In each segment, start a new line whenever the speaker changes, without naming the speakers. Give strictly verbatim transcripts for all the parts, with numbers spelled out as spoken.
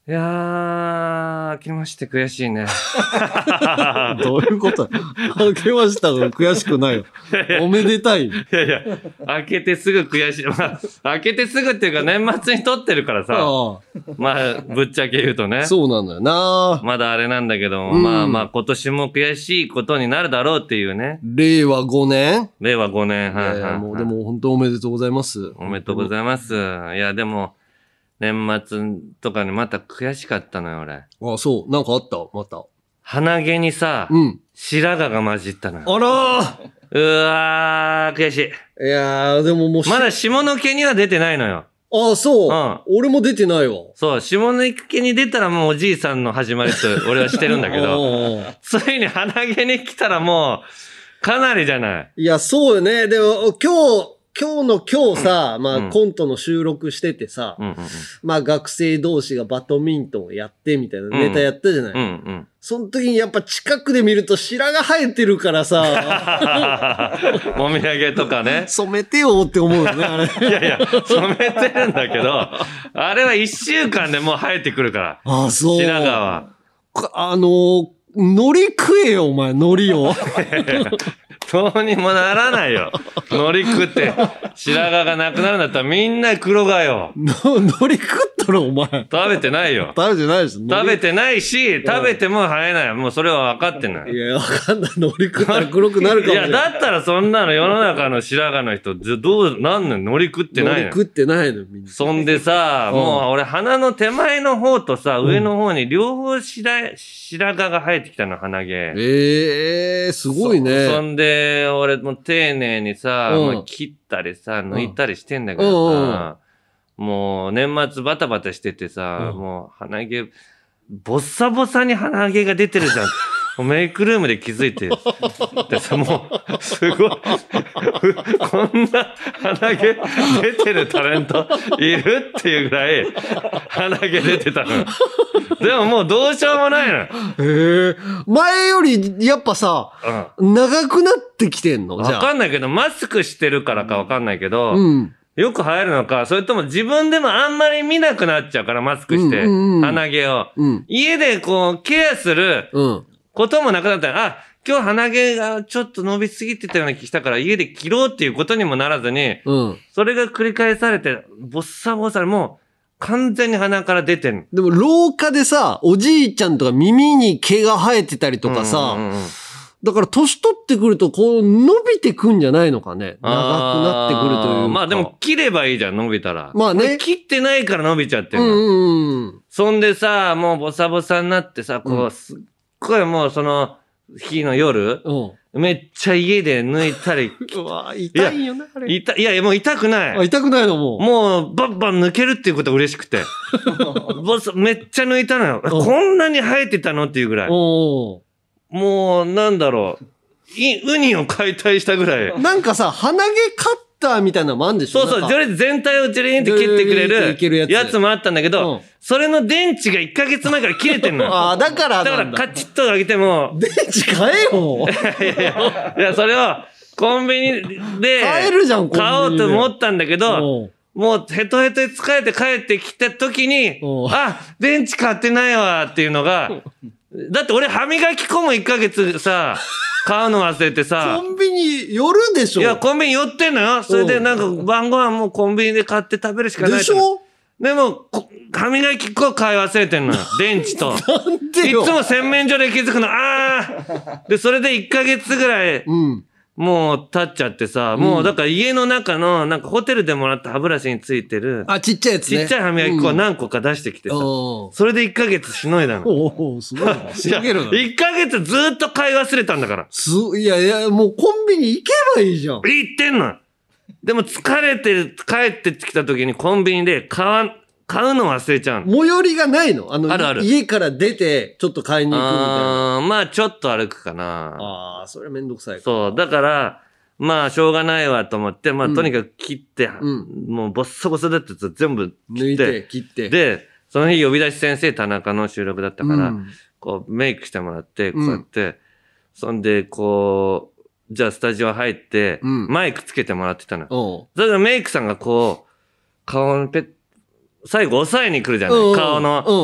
いやー、明けまして悔しいね。
どういうこと明けましたが悔しくないよ。おめでたい。い
やいや、明けてすぐ悔しい。まあ、明けてすぐっていうか年末に撮ってるからさ。あまあ、ぶっちゃけ言うとね。
そうなんだよな。
まだあれなんだけども、うん、まあまあ今年も悔しいことになるだろうっていうね。
れいわごねん
れいわごねん。はいはい、はい。
もうでも本当おめでとうございます。
おめでとうございます。いや、でも、年末とかにまた悔しかったのよ、俺。
あ、そう。なんかあったまた。
鼻毛にさ、うん、白髪が混じったのよ。
あら
ーうわー、悔しい。
いやー、でももう。
まだ下の毛には出てないのよ。
ああ、そう。うん。俺も出てないわ。
そう、下の毛に出たらもうおじいさんの始まりと俺はしてるんだけど、ついに鼻毛に来たらもう、かなりじゃない。
いや、そうよね。でも、今日、今日の今日さ、まあ、うん、コントの収録しててさ、うんうんうん、まあ学生同士がバドミントンをやってみたいなネタやったじゃない、うんうんうん、その時にやっぱ近くで見ると白髪生えてるからさ、
もみあげとかね。
染めてよって思うよね、あれ。
いやいや、染めてるんだけど、あれはいっしゅうかんでもう生えてくるから。
ああ、そう。
白髪は。
あのー、海苔食えよ、お前、海苔を。
どうにもならないよ。海苔食って、白髪がなくなるんだったらみんな黒がよ。
海苔食ったろ、お前。
食べてないよ。
食べてないし。
食べてないし、食べても生えない。もうそれは分かってんのよ。
いや、分かんない。海苔食ったら黒くなるかもしれない。
いや、だったらそんなの世の中の白髪の人、どう、なんの海苔食ってないの。
海苔食ってないの、みんな。
そんでさ、もう俺鼻の手前の方とさ、上の方に両方白、白髪が生えてきたの、鼻毛。
ええー、すごいね。
そ, そんで、俺も丁寧にさ、うんまあ、切ったりさ、抜いたりしてんだけどさ、うん、もう年末バタバタしててさ、うん、もう鼻毛、ボッサボサに鼻毛が出てるじゃん。メイクルームで気づいて。でさ、もう、すごい。こんな鼻毛出てるタレントいるっていうぐらい鼻毛出てたの。でももうどうしようもないの。へ
え。前よりやっぱさ、うん、長くなってきてんの？
わかんないけど、マスクしてるからかわかんないけど、うんよく生えるのか、それとも自分でもあんまり見なくなっちゃうから、マスクして、うんうんうん、鼻毛を、うん。家でこう、ケアすることもなくなったら、あ、今日鼻毛がちょっと伸びすぎてたような気したから、家で切ろうっていうことにもならずに、うん、それが繰り返されて、ボッサボサ、もう、完全に鼻から出てる。
でも、廊下でさ、おじいちゃんとか耳に毛が生えてたりとかさ、うんうんうんだから、年取ってくると、こう、伸びてくんじゃないのかね。長くなってくるというか。
まあでも、切ればいいじゃん、伸びたら。
まあね。
切ってないから伸びちゃってるの。うんうんうん。そんでさ、もうボサボサになってさ、こう、うん、すっごいもうその日の夜、うん、めっちゃ家で抜いたり。
うわ痛いよな、あれ。
痛い、いや、もう痛くない。
あ、痛くないのもう。
もう、バンバン抜けるっていうことが嬉しくて。ボサ、めっちゃ抜いたのよ。こんなに生えてたのっていうぐらい。もう、なんだろう。い、ウニを解体したぐらい。
なんかさ、鼻毛カッターみたいなのもあるんでしょ？
そうそう、とりあえず全体をジュリーンって切ってくれるやつもあったんだけど、うん、それの電池がいっかげつまえから切れてんのよ。
ああ、だから
だ。だからカチッと上げても。
電池買えよ
いやいや、いや、それをコンビニで
買えるじゃん、コンビニで
買おうと思ったんだけど、もうヘトヘトで疲れて帰ってきた時に、あ、電池買ってないわっていうのが、だって俺歯磨き粉もいっかげつさ、買うの忘れてさ。
コンビニ寄るでしょ？
いや、コンビニ寄ってんのよ。それでなんか晩ご飯もコンビニで買って食べるしかない。
でしょ？
でも、歯磨き粉買い忘れてんのよ。電池と。
なんでよ。
いつも洗面所で気づくの。ああで、それでいっかげつぐらい、うん、もう経っちゃってさ、もうだから家の中の、なんかホテルでもらった歯ブラシについてる。
あ、ちっちゃいやつね。
ちっちゃい歯磨き粉を何個か出してきてさ。うん、それでいっかげつしのいだの。
おおすごいな。しのげるな。
いっかげつずっと買い忘れたんだから。
す、いやいや、もうコンビニ行けばいいじゃん。
行ってんの。でも疲れてる、帰ってきた時にコンビニで買わん、買うの忘れちゃうの。
最寄りがないの？あの、
あるある。
家から出て、ちょっと買いに行くみたいな。
あまあ、ちょっと歩くかな。
ああ、それはめんどくさいか。
そう。だから、まあ、しょうがないわと思って、まあ、とにかく切って、うん、もう、ボッサボサだって全部切って。
抜いて、切って。
で、その日呼び出し先生田中の収録だったから、うん、こう、メイクしてもらって、こうやって、うん、そんで、こう、じゃあスタジオ入って、うん、マイクつけてもらってたの。それでメイクさんがこう、顔のペッ、最後押さえに来るじゃない顔の。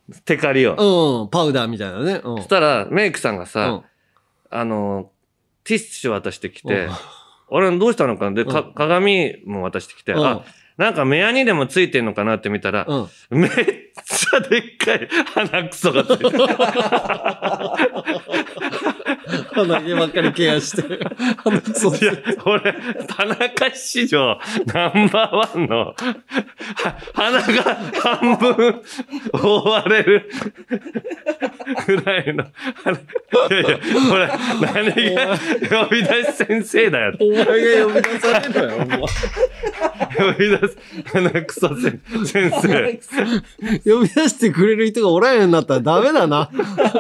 テカリを。
うん、パウダーみたいなね。うん。
そしたら、メイクさんが
う
さ、
ん。
あの、ティッシュ渡してき
う
て
ん、
俺どうしたのかなで、か
うん
鏡も渡してきて、
うん
あ、なんか目やにでもついてんのかなって見たら、
うん。
めっちゃでっかい鼻くそがついてる。
鼻毛ばっかりケアして。鼻くそ
いや、俺、田中史上ナンバーワンの、は鼻が半分覆われるぐらいの、いやいや、俺、何が呼び出し先生だよ。
お前が呼び出されるのよ、お前。
呼び出す鼻くそ先生。
呼び出してくれる人がおらんようになったらダメだな。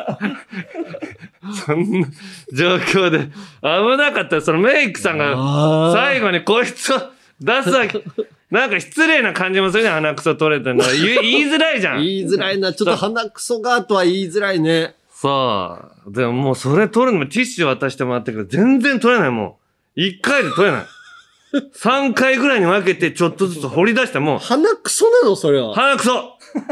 そんな状況で危なかったら、そのメイクさんが最後にこいつを出すわけ。なんか失礼な感じもするじゃん、鼻くそ取れてるの。言い言いづらいじゃん。
言いづらいな。ちょっと鼻くそがとは言いづらいね。
さあ、でももうそれ取るのもティッシュ渡してもらったけど、全然取れない、もう。一回で取れない。三回ぐらいに分けてちょっとずつ掘り出してもう。
鼻くそなのそれは。
鼻くそ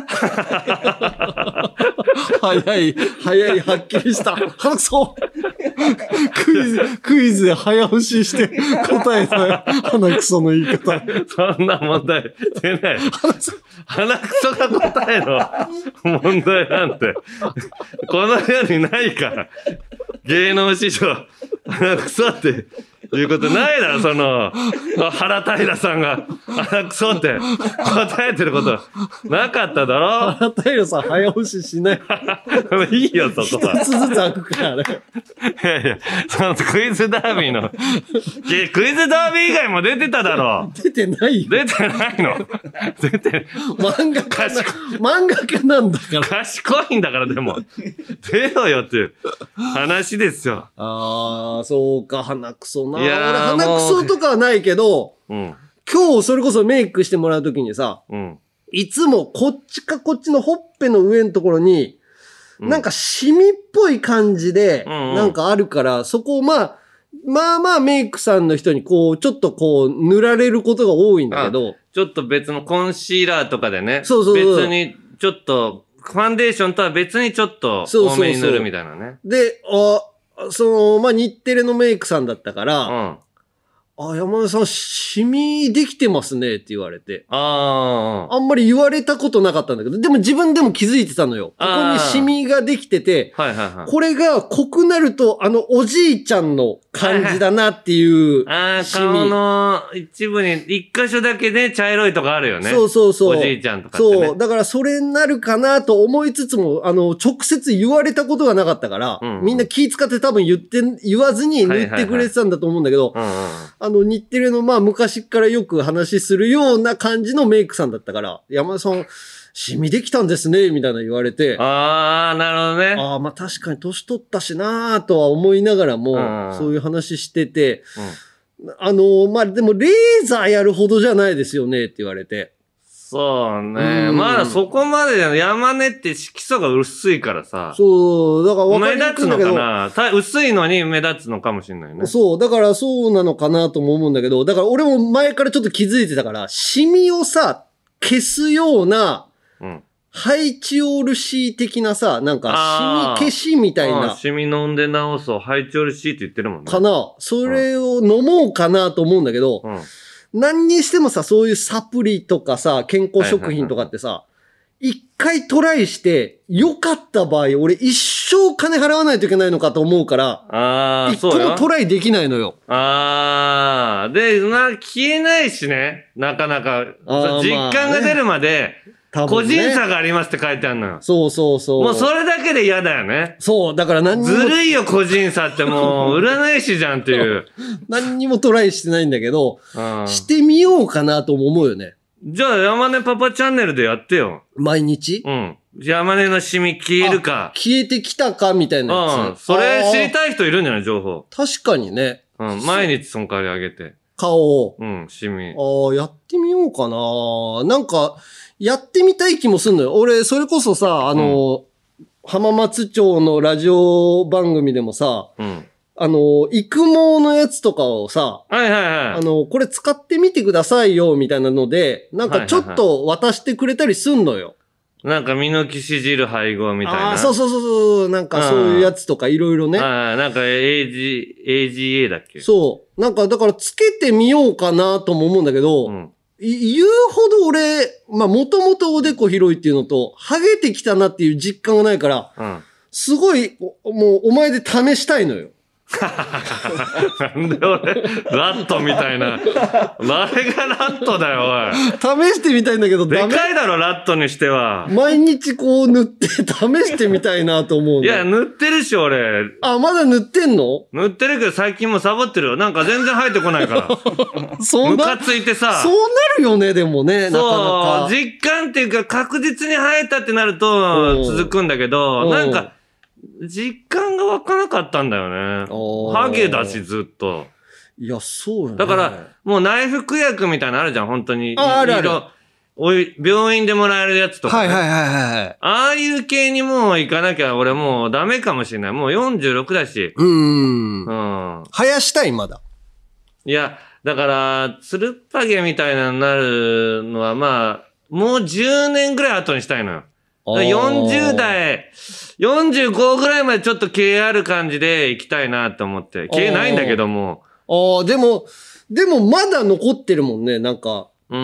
早い、早い、はっきりした。鼻くそクイズ、クイズで早押しして答えた鼻くその言い方。
そんな問題出ない。鼻くそが答えの問題なんて、この世にないから。芸能史上、鼻くそっていうことないだろ、その、原平さんが鼻くそって答えてることなかっただろ。
原平さん早押ししない。
いいよ、そこは。
一つずつ開くからね。
いやいや、そのクイズダービーの、クイズダービー以外も出てただろ。
出てないよ。
出てないの出て、
漫画家な、漫画家なんだから。
賢いんだから、でも。出ろよっていう話ですよ。
ああ、そうか、鼻くそな。
いやー
俺鼻くそとかはないけど、
うん。
今日それこそメイクしてもらうときにさ、
うん。
いつもこっちかこっちのほっぺの上のところに、
うん
なんかシミっぽい感じで、
うんうん
なんかあるから、そこをまあ、まあまあメイクさんの人にこう、ちょっとこう、塗られることが多いんだけど、
ちょっと別のコンシーラーとかでね。
そうそうそう
別に、ちょっと、ファンデーションとは別にちょっと
そうそうそう
多めに塗るみたいなね。
で、あ、その、まあ日テレのメイクさんだったから、
うん。
あ、山田さん、シミできてますねって言われて。
あ
あんまり言われたことなかったんだけど、でも自分でも気づいてたのよ。ここにシミができてて、
あ。はいはいはい。
これが濃くなると、あの、おじいちゃんの感じだなっていう。
ああ、
シミ
顔の一部に一箇所だけで茶色いとかあるよね。
そうそうそう。
おじいちゃんとかってね。
そう。だからそれになるかなと思いつつも、あの、直接言われたことがなかったから、
うんうん
みんな気使って多分言って、言わずに塗ってくれてたんだと思うんだけど、
うんうん。
あの、日テレの、まあ、昔からよく話するような感じのメイクさんだったから、山田さん、シミできたんですね、みたいな言われて、
ああ、なるほどね。
ああ、まあ確かに年取ったしなーとは思いながらも、
うん
そういう話してて、あの、まあでもレーザーやるほどじゃないですよねって言われて。
そうね。
うん
まだそこまでじゃない。山根って色素が薄いからさ。
そう、だから分かりに
目立つの
くいんだけど。
かなた薄いのに目立つのかもしれないね。
そう、だからそうなのかなとも思うんだけど、だから俺も前からちょっと気づいてたから、シミをさ、消すような、
うん。
ハイチオール C 的なさ、なんか
あー
シミ消しみたい
ああ
な、
シミ飲んで治そう。ハイチョルシーって言ってるもんね。
かな。それを飲もうかなと思うんだけど、
うん。
何にしてもさ、そういうサプリとかさ、健康食品とかってさ、一回トライして、良かった場合、俺一生金払わないといけないのかと思うから、
ああ、
一個
そうよ。
もトライできないのよ。
ああ、で、な、消えないしね。なかなか。
あー
実感が出るまで、個
多分ね
人差がありますって書いてあるのよ。
そうそうそう。
もうそれだけで嫌だよね。
そう、だから何にも、
ずるいよ、個人差ってもう、占い師じゃんっていう。
何にもトライしてないんだけど、
うん
してみようかなとも思うよね。
じゃあ、山根パパチャンネルでやってよ。
毎日
うん。山根のシミ消えるか。
消えてきたかみたいなやつ。
うん。それ知り
い。
たい人いるんじゃない情報。
確かにね。
うん。毎日その代わりあげて。
顔を。
うん、シミ。
ああ、やってみようかな。なんか、やってみたい気もすんのよ。俺、それこそさ、あの、浜松町のラジオ番組でもさ、
うん。
あの、育毛のやつとかをさ、
はいはいはい。
あの、これ使ってみてくださいよ、みたいなので、なんかちょっと渡してくれたりすんのよ。
なんかミノキシジル配合みたいな。
ああ、そうそうそうそう。なんかそういうやつとかいろいろね。
ああ、なんか エージー、エージーエー だっけ？
そう。なんかだからつけてみようかなとも思うんだけど、うん、言うほど俺、まあもともとおでこ広いっていうのと、ハゲてきたなっていう実感がないから、うん、すごい、もうお前で試したいのよ。
なんで俺、ラットみたいな。誰がラットだよ、お
い。試してみたいんだけど、
でかいだろ、ラットにしては。
毎日こう塗って試してみたいなと思う。
いや、塗ってるし、俺。
あ、まだ塗ってんの？
塗ってるけど最近もサボってるよ。なんか全然生えてこないから。そんなムカついてさ。
そうなるよね、でもね。
そう、なかなか実感っていうか確実に生えたってなると続くんだけど、なんか、実感が湧かなかったんだよね。ハゲだし、ずっと。
いや、そうよね。
だから、もう内服薬みたいなのあるじゃん、本当に。
あ、あるある。
おい、病院でもらえるやつとか、
ね。はいはいはいはい。
ああいう系にもう行かなきゃ俺もうダメかもしれない。もうよんじゅうろくだし。
うん。うん。生やしたい、まだ。
いや、だから、つるっぱげみたいなのになるのはまあ、もうじゅうねんぐらい後にしたいのよ。よんじゅう代、よんじゅうごぐらいまでちょっと毛ある感じで行きたいなと思って。毛ないんだけども。
ああ、でも、でもまだ残ってるもんね、なんか。
うん。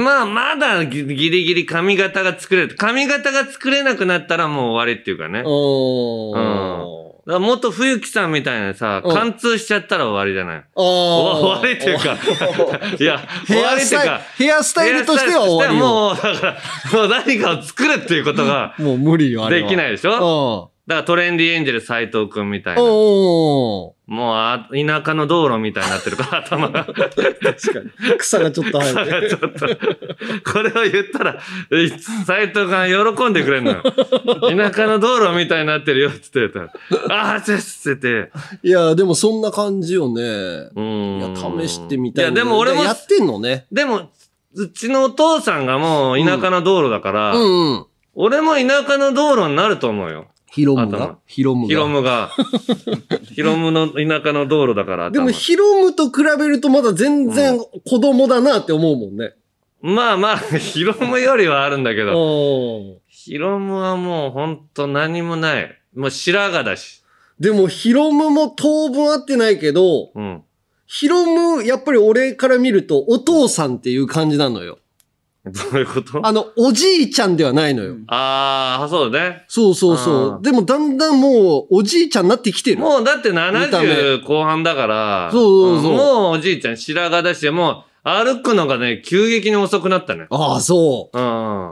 まあ、まだギリギリ髪型が作れる。髪型が作れなくなったらもう終わりっていうかね。
おー。
うん。だから元冬木さんみたいなさ、貫通しちゃったら終わりじゃない。ああ。終わりっていうか、いや、終わりっていうか、
ヘアスタイルとしては終わりよ。
もう、だから、もう何かを作るっていうことが、
もう無理よ、あれは。
できないでしょ？だからトレンディエンジェル斎藤くんみたいな。
おー。
もうあ、田舎の道路みたいになってるから、頭が。確か
に。草がちょっと生えて。
草がちょっと。これを言ったら、斎藤が喜んでくれるのよ。田舎の道路みたいになってるよって言ってたら。ああ、ちょっつってて。
いや、でもそんな感じよね。
うん。
いや、試してみたい。
いや、でも俺も。
やってんのね。
でも、うちのお父さんがもう田舎の道路だから、
うんうんうん、
俺も田舎の道路になると思うよ。
ヒロムが
ヒロムが。ヒロムが。ヒロムの田舎の道路だから。
でもヒロムと比べるとまだ全然子供だなって思うもんね。
うん、まあまあ、ヒロムよりはあるんだけど。ヒロムはもうほんと何もない。もう白髪だし。
でもヒロムも当分会ってないけど、うん、ヒロム、やっぱり俺から見るとお父さんっていう感じなのよ。
どういうこと？
あの、おじいちゃんではないのよ。
ああ、そうだね。
そうそうそう。でもだんだんもう、おじいちゃんになってきてる。
もうだってななじゅう後半だから。
そうそうそう。
うん、もうおじいちゃん白髪だし、もう、歩くのがね、急激に遅くなったね。
ああ、そう。
うん。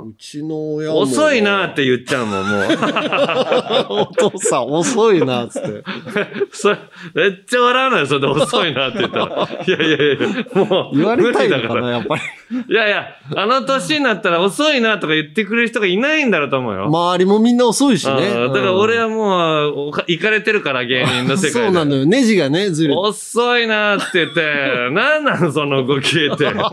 うちの親も。
遅いなって言っちゃうもん、もう。
お父さん、遅いな、つって。
それ、めっちゃ笑うのよ、それで遅いなって言ったら。いやいやいや、もう。
言われたいのかな、やっぱり。
いやいや、あの年になったら遅いなとか言ってくれる人がいないんだろうと思うよ。
周りもみんな遅いしね。
だから俺はもう、行かれてるから、芸人の世界で。
そうなのよ、ネジがね、ずれて。
遅いなって言って、なんなの、その動き。って言う、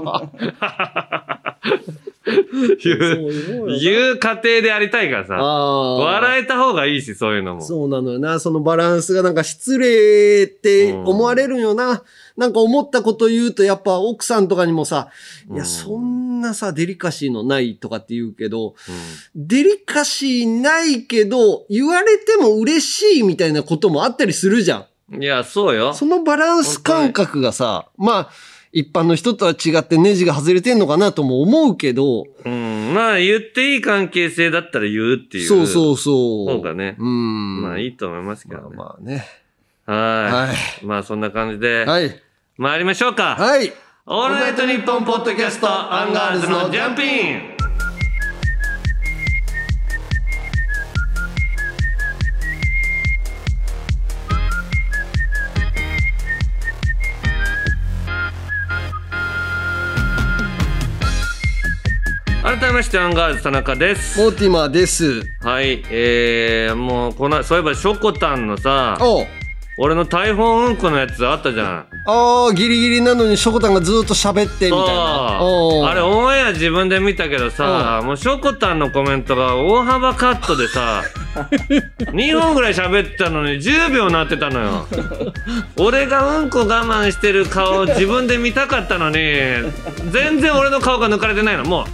言う過程でやりたいからさ。笑えた方がいいし、そういうのも。
そうなのよな。そのバランスがなんか失礼って思われるよな。うん、なんか思ったこと言うとやっぱ奥さんとかにもさ、いや、そんなさ、デリカシーのないとかって言うけど、うん、デリカシーないけど、言われても嬉しいみたいなこともあったりするじゃ
ん。いや、そうよ。
そのバランス感覚がさ、まあ、一般の人とは違ってネジが外れてんのかなとも思うけど。
うん。まあ言っていい関係性だったら言うっていう。
そうそうそう。
そうかね。うん。まあいいと思いますけどね。
まあまあね。
はい。はい。まあそんな感じで。
はい。
参りましょうか。
はい。
オールナイトニッポンポッドキャストアンガールズのジャンピン。改めましてアンガールズ田中です。
モーティマーです。
はい、えー、もうこのそういえばショコタンのさ、
お
俺の台本うんこのやつあったじゃん。
ああ、ギリギリなのにショコタンがずっと喋ってみたいな。
あれオンエア自分で見たけどさ、もうショコタンのコメントが大幅カットでさにほんぐらい喋ってたのにじゅうびょうになってたのよ。俺がうんこ我慢してる顔を自分で見たかったのに全然俺の顔が抜かれてないの。もう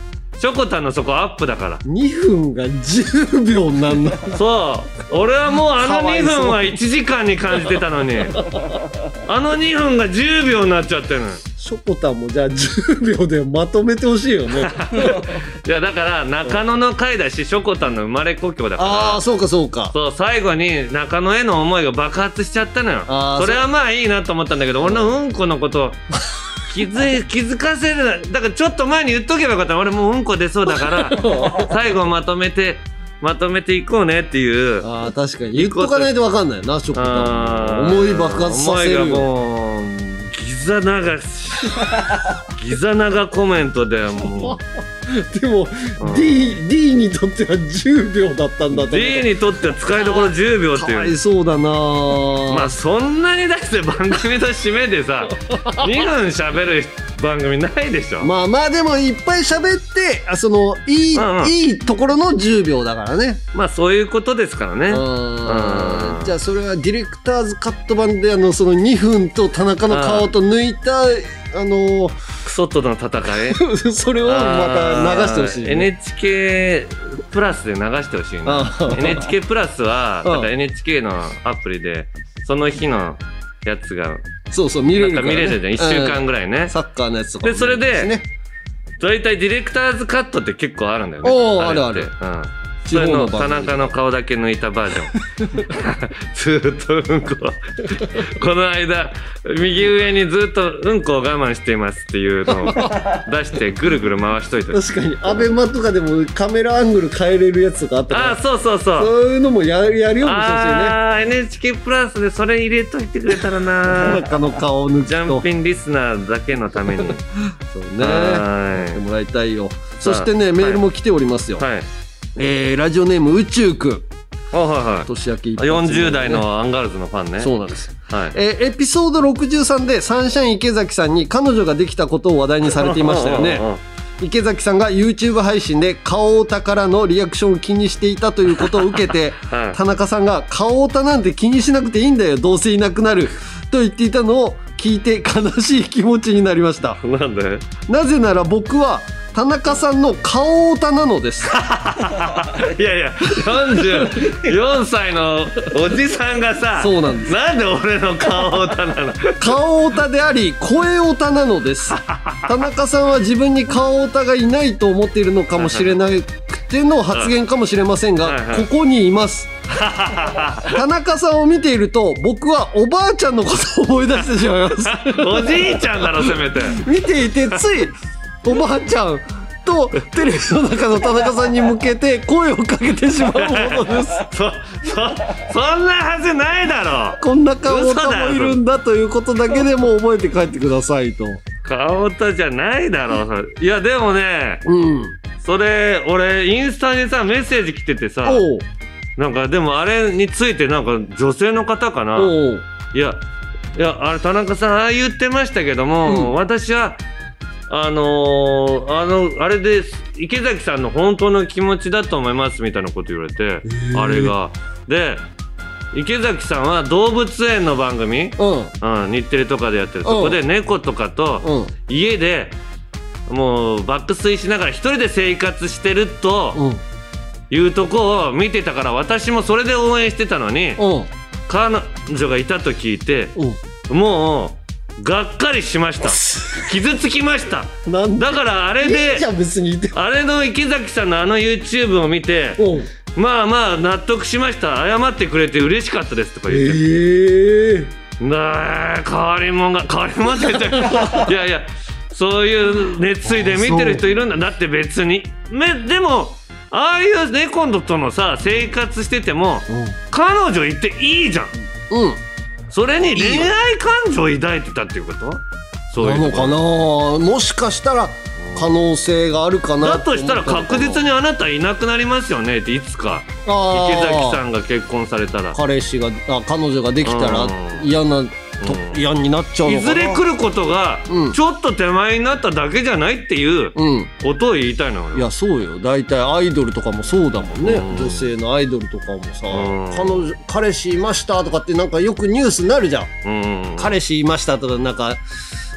ショコタンのそこアップだから。
にふんがじゅうびょうになんの。
そう俺はもうあのにふんはいちじかんに感じてたのにあのにふんがじゅうびょうになっちゃってるの。
ショコタンもじゃあじゅうびょうでまとめてほしいよね
いやだから中野の回だしショコタンの生まれ故郷だから。
ああそうかそうか。
そう最後に中野への思いが爆発しちゃったのよ。それはまあいいなと思ったんだけど、俺のうんこのこと気づ気づかせる。だからちょっと前に言っとけばよかった。俺もううんこ出そうだから最後まとめてまとめていこうねっていう。
ああ確かに言っとかないと分かんないなショコタン。思い爆発させるよ。
思いがもうギザ長ギザ長コメントでも
うでも、うん、D, D にとってはじゅうびょうだったんだと。
D にとっては使いどころじゅうびょうっていう。
かわいそうだな。
まあそんなにだって番組の締めでさにふん喋る番組ないでしょ。
まあまあでもいっぱい喋ってあそのいい、うんうん、いいところのじゅうびょうだからね。
まあそういうことですからね。
うん、じゃあそれはディレクターズカット版であのそのにふんと田中の顔と抜いたあの
クソとの戦い
それをまた流してほしい、ね、
エヌエイチケー プラスで流してほしいね。エヌエイチケー プラスはだから エヌエイチケー のアプリでその日のやつが
そうそう見れるから、ね、
見れるじゃんいっしゅうかんぐらいね。
サッカーのやつとか
でそれで大体ディレクターズカットって結構あるんだよね。
おーあるある、うん、
それの田中の顔だけ抜いたバージョンずーっとうんここの間右上にずっとうんこを我慢していますっていうのを出してぐるぐる回しといて。
確かにアベマとかでもカメラアングル変えれるやつとかあったから。
あそうそうそう
そういうのもやるやるようにしてほしいね。
ああ エヌエイチケー プラスでそれ入れといてくれたらな
田中の顔を抜くと
ジャンピンリスナーだけのために
そうねやってもらいたいよ。そしてねメールも来ておりますよ。はい、えー、ラジオネーム宇宙くん。
あ、はいはい、
年明け一発、
ね、よんじゅう代のアンガールズのファンね。
そうなんです、はい。えー、エピソードろくじゅうさんでサンシャイン池崎さんに彼女ができたことを話題にされていましたよね池崎さんが YouTube 配信で顔オタからのリアクションを気にしていたということを受けて、はい、田中さんが顔オタなんて気にしなくていいんだよどうせいなくなると言っていたのを聞いて悲しい気持ちになりました。
なんで？
なぜなら僕は田中さんの顔オタなのです
いやいやよんじゅうよんさいのおじさんがさ
そうなんです。
なんで俺の顔オタなの
顔オタであり声オタなのです田中さんは自分に顔オタがいないと思っているのかもしれなくての発言かもしれませんが、はいはい、ここにいます田中さんを見ていると僕はおばあちゃんのことを思い出してしまいます
おじいちゃんだろせめて
見ていてついおばあちゃんとテレビの中の田中さんに向けて声をかけてしまうものです
そ, そ, そんなはずないだろ。
こんな顔オタもいるんだということだけでも覚えて帰ってくださいと。
顔オタじゃないだろいやでもね、うん、それ俺インスタにさメッセージ来ててさなんかでもあれについてなんか女性の方かな。いやいやあれ田中さんああ言ってましたけども、うん、私はあのー、あのあれで池崎さんの本当の気持ちだと思いますみたいなこと言われて、あれがで池崎さんは動物園の番組、うんうん、日テレとかでやってる、そこで猫とかと家でもう爆睡しながら一人で生活してるというとこを見てたから、私もそれで応援してたのに彼女がいたと聞いてもうがっかりしました傷つきましただからあれで
いいじゃん別に
あれの池崎さんのあの YouTube を見てまあまあ納得しました、謝ってくれて嬉しかったですとか言って、えー、なあ変わり者が変わり者って言っていやいやそういう熱意で見てる人いるんだ。だって別にめでもああいう猫とのさ生活してても、うん、彼女いていいじゃん。うんそれに恋愛感情を抱いてたっていうこと？そういうこと
なのかな。もしかしたら可能性があるかな。
だとしたら確実にあなたいなくなりますよねっていつか池崎さんが結婚されたら
彼氏があ彼女ができたら嫌なと嫌になっちゃうのかな。
いずれ来ることがちょっと手前になっただけじゃないっていうことを言いたいの、
うん、いやそうよ。大体アイドルとかもそうだもんね、うん、女性のアイドルとかもさ、うん、彼女彼氏いましたとかってなんかよくニュースになるじゃん、うん、彼氏いましたとかなんか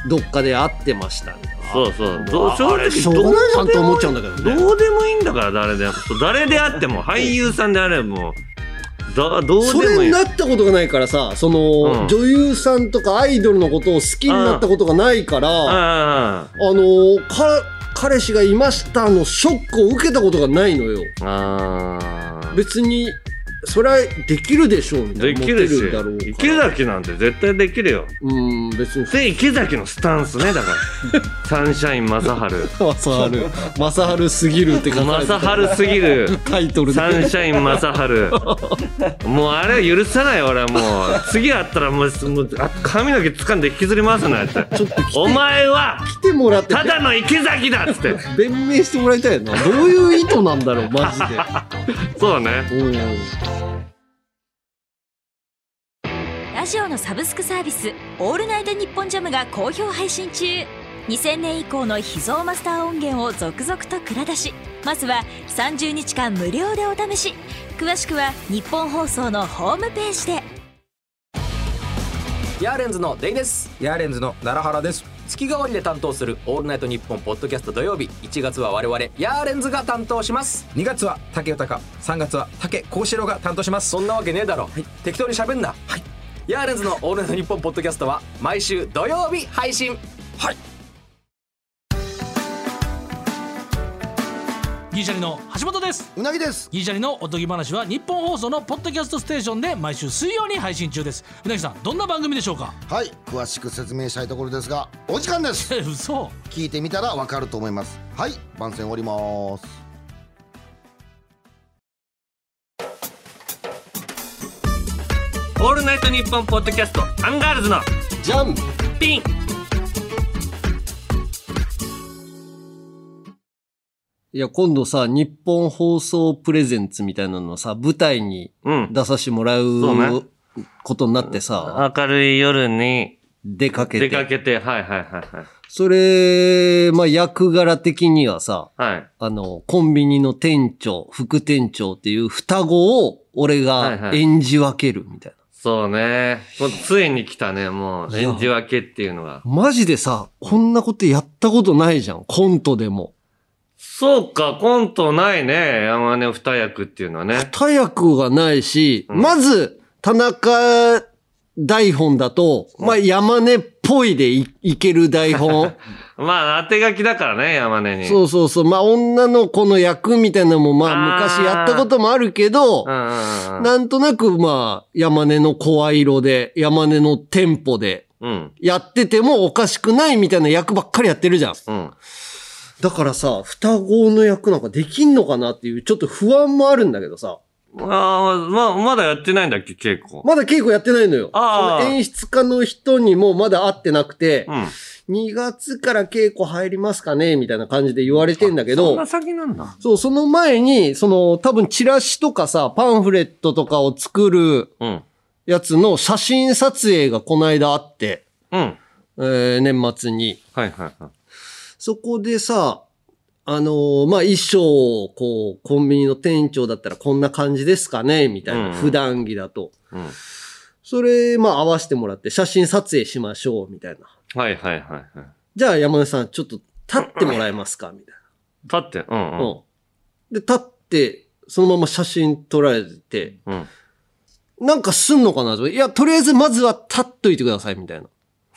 どっかで会ってましたみたいな。
そうそう。どう
正直しょうがないじゃんと思っちゃうんだけどね。
どうでもいいんだから誰でも。誰であっても俳優さんであればもう。だどうでもいい。
それになったことがないからさ、その、うん、女優さんとかアイドルのことを好きになったことがないから、あ, あのか彼氏がいましたのショックを受けたことがないのよ。あ別にそれはできるでしょうみたいな。
できるし、池崎なんて絶対できるよ。
うん別に。
で池崎のスタンスねだから。サンシャイン正治。
正治正治すぎるって書かれてた。
正治すぎる
タイトルで。
サンシャイン正治。もうあれ許さない俺はもう次会ったらもう髪の毛掴んで引きずり回すなって。ちょっとお前は
来てもらって
ただの池崎だっつって
弁明してもらいたいな。どういう意図なんだろうマジで。
そうね。
ラジオのサブスクサービス「オールナイトニッポンジャム」が好評配信中。にせんねん以降の秘蔵マスター音源を続々と蔵出し。まずはさんじゅうにちかん無料でお試し。詳しくは日本放送のホームページで。
ヤーレンズのデイです。
ヤーレンズの奈良原です。
月替わりで担当するオールナイトニッポンポッドキャスト土曜日。いちがつは我々ヤーレンズが担当します。
にがつは竹豊、さんがつは竹幸四郎が担当します。
そんなわけねえだろ、はい、適当に喋んな。はい、ヤーレンズのオールナイトニッポンポッドキャストは毎週土曜日配信。
はい。
ギリシャリの橋本です。
うなぎです。
ギリシャリのおとぎ話は日本放送のポッドキャストステーションで毎週水曜に配信中です。うなぎさんどんな番組でしょうか？
はい、詳しく説明したいところですがお時間です。
嘘。
聞いてみたらわかると思います。はい、番宣終わります。
オールナイトニッポンポッドキャストアンガールズの
ジャン
ピン。
いや今度さ日本放送プレゼンツみたいなのさ舞台に出させてもらう、うんね、ことになってさ、
明るい夜に
出かけて
出かけてはいはいはいはい。
それまあ役柄的にはさ、
はい、
あのコンビニの店長副店長っていう双子を俺が演じ分けるみたいな。
そうね。もうついに来たね、もう演じ分けっていうのが。
マジでさ、こんなことやったことないじゃん、コントでも。
そうか、コントないね。山根二役っていうのはね。
二役がないし、うん、まず、田中台本だと、まあ、山根っぽいで い, いける台本。
まあ、当て書きだからね、山根に。
そうそうそう。まあ、女の子の役みたいなのも、まあ、昔やったこともあるけど、なんとなく、まあ、山根の声色で、山根のテンポで、やっててもおかしくないみたいな役ばっかりやってるじゃん。うん、だからさ、双子の役なんかできんのかなっていう、ちょっと不安もあるんだけどさ。
ああ、まあ、まだやってないんだっけ、稽古。
まだ稽古やってないのよ。ああ。演出家の人にもまだ会ってなくて、うんにがつから稽古入りますかねみたいな感じで言われてんだけど。
そんな先なんだ。
そう、その前に、その、多分チラシとかさ、パンフレットとかを作るやつの写真撮影がこの間あって、うん。えー、年末に。
はいはいはい。
そこでさ、あのー、まあ、衣装を、こう、コンビニの店長だったらこんな感じですかねみたいな、うん、普段着だと。うん。それ、まあ、合わせてもらって写真撮影しましょう、みたいな。
はいはいはい、はい。
じゃあ山根さんちょっと立ってもらえますかみたい
な。立って、うんうん。うん。
で、立って、そのまま写真撮られて、うん。なんかすんのかなと。いや、とりあえずまずは立っといてください、みたいな。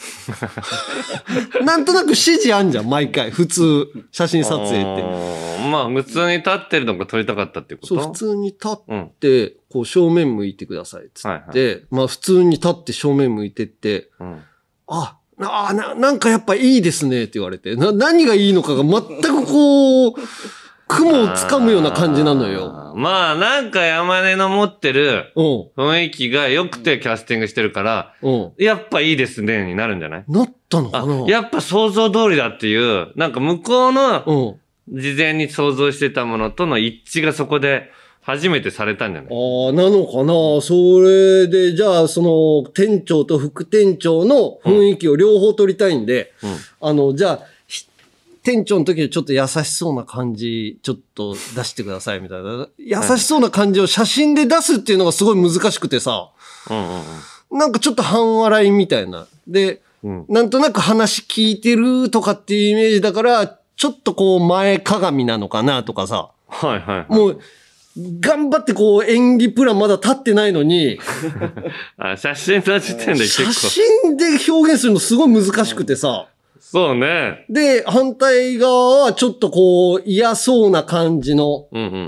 なんとなく指示あんじゃん、毎回。普通、写真撮影って。
まあ、普通に立ってるのが撮りたかったってこと？
そう、普通に立って、うん、こう正面向いてください、つって。はいはい、まあ、普通に立って正面向いてって、うん、あ、ああ、な、なんかやっぱいいですねって言われて、な、何がいいのかが全くこう、雲をつかむような感じなのよ。
まあ、なんか山根の持ってる雰囲気が良くてキャスティングしてるから、やっぱいいですねになるんじゃない？
なったのかな？
やっぱ想像通りだっていう、なんか向こうの事前に想像してたものとの一致がそこで、初めてされたんじゃない？
ああ、なのかな。それで、じゃあ、その、店長と副店長の雰囲気を両方取りたいんで、うん、あの、じゃあ、店長の時にちょっと優しそうな感じ、ちょっと出してくださいみたいな。優しそうな感じを写真で出すっていうのがすごい難しくてさ、うんうんうん、なんかちょっと半笑いみたいな。で、 うん、なんとなく話聞いてるとかっていうイメージだから、ちょっとこう前かがみなのかなとかさ。
はいはい、はい。
もう、頑張ってこう演技プランまだ立ってないのに。
あ、写真の時点で結構。
写真で表現するのすごい難しくてさ。
そうね。
で、反対側はちょっとこう嫌そうな感じの。
うんうんうんうん。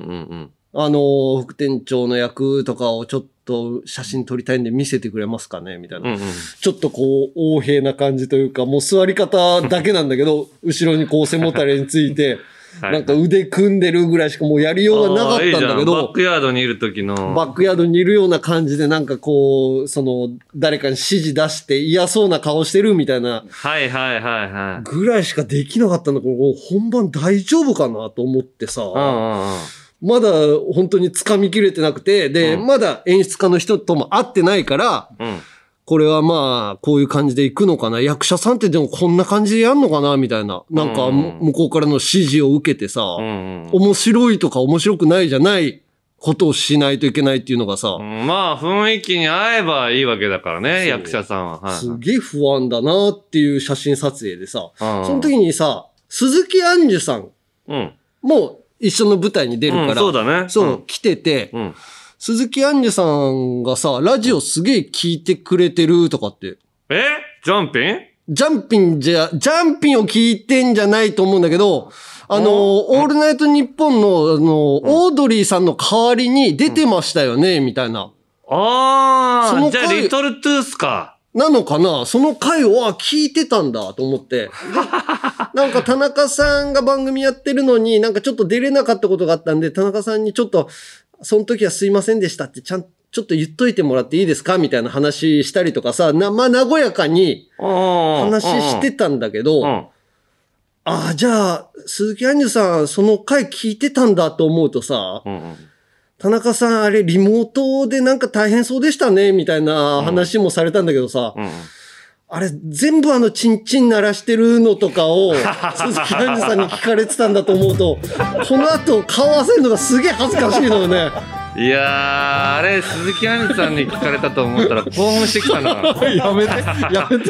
あの、副店長の役とかをちょっと写真撮りたいんで見せてくれますかねみたいな、うんうん。ちょっとこう、横平な感じというか、もう座り方だけなんだけど、後ろにこう背もたれについて、なんか腕組んでるぐらいしかもうやりようがなかったんだけど、
バックヤードにいる時の。
バックヤードにいるような感じでなんかこう、その、誰かに指示出して嫌そうな顔してるみたいな。
はいはいはいはい。
ぐらいしかできなかったんだけど、本番大丈夫かなと思ってさ。うんうんうん、まだ本当に掴みきれてなくて、で、うん、まだ演出家の人とも会ってないから、うん、これはまあ、こういう感じで行くのかな。役者さんってでもこんな感じでやんのかなみたいな。なんか、向こうからの指示を受けてさ、うんうん、面白いとか面白くないじゃないことをしないといけないっていうのがさ。
うん、まあ、雰囲気に合えばいいわけだからね、役者さんは。はい、
すげえ不安だなっていう写真撮影でさ、うん、その時にさ、鈴木杏樹さんも一緒の舞台に出るから、うん、
そうだね。
そう、うん、来てて、うん鈴木杏樹さんがさ、ラジオすげえ聞いてくれてるとかって。
えジャンピン
ジャンピンじゃ、ジャンピンを聞いてんじゃないと思うんだけど、あの、オールナイトニッポンの、あの、オードリーさんの代わりに出てましたよね、みたいな。
ああ、じゃあリトルトゥースか。
なのかなその回を、あ、聞いてたんだと思って。なんか田中さんが番組やってるのに、なんかちょっと出れなかったことがあったんで、田中さんにちょっと、その時はすいませんでしたってちゃん、ちょっと言っといてもらっていいですかみたいな話したりとかさ、な、まあ、和やかに話してたんだけど、ああ、じゃあ、鈴木杏樹さん、その回聞いてたんだと思うとさ、うんうん、田中さん、あれ、リモートでなんか大変そうでしたねみたいな話もされたんだけどさ、うんうんあれ、全部あの、チンチン鳴らしてるのとかを、鈴木杏樹さんに聞かれてたんだと思うと、この後、顔合わせるのがすげえ恥ずかしいのよね。
いやー、あれ、鈴木杏樹さんに聞かれたと思ったら、興奮してきたな。
やめて、やめて。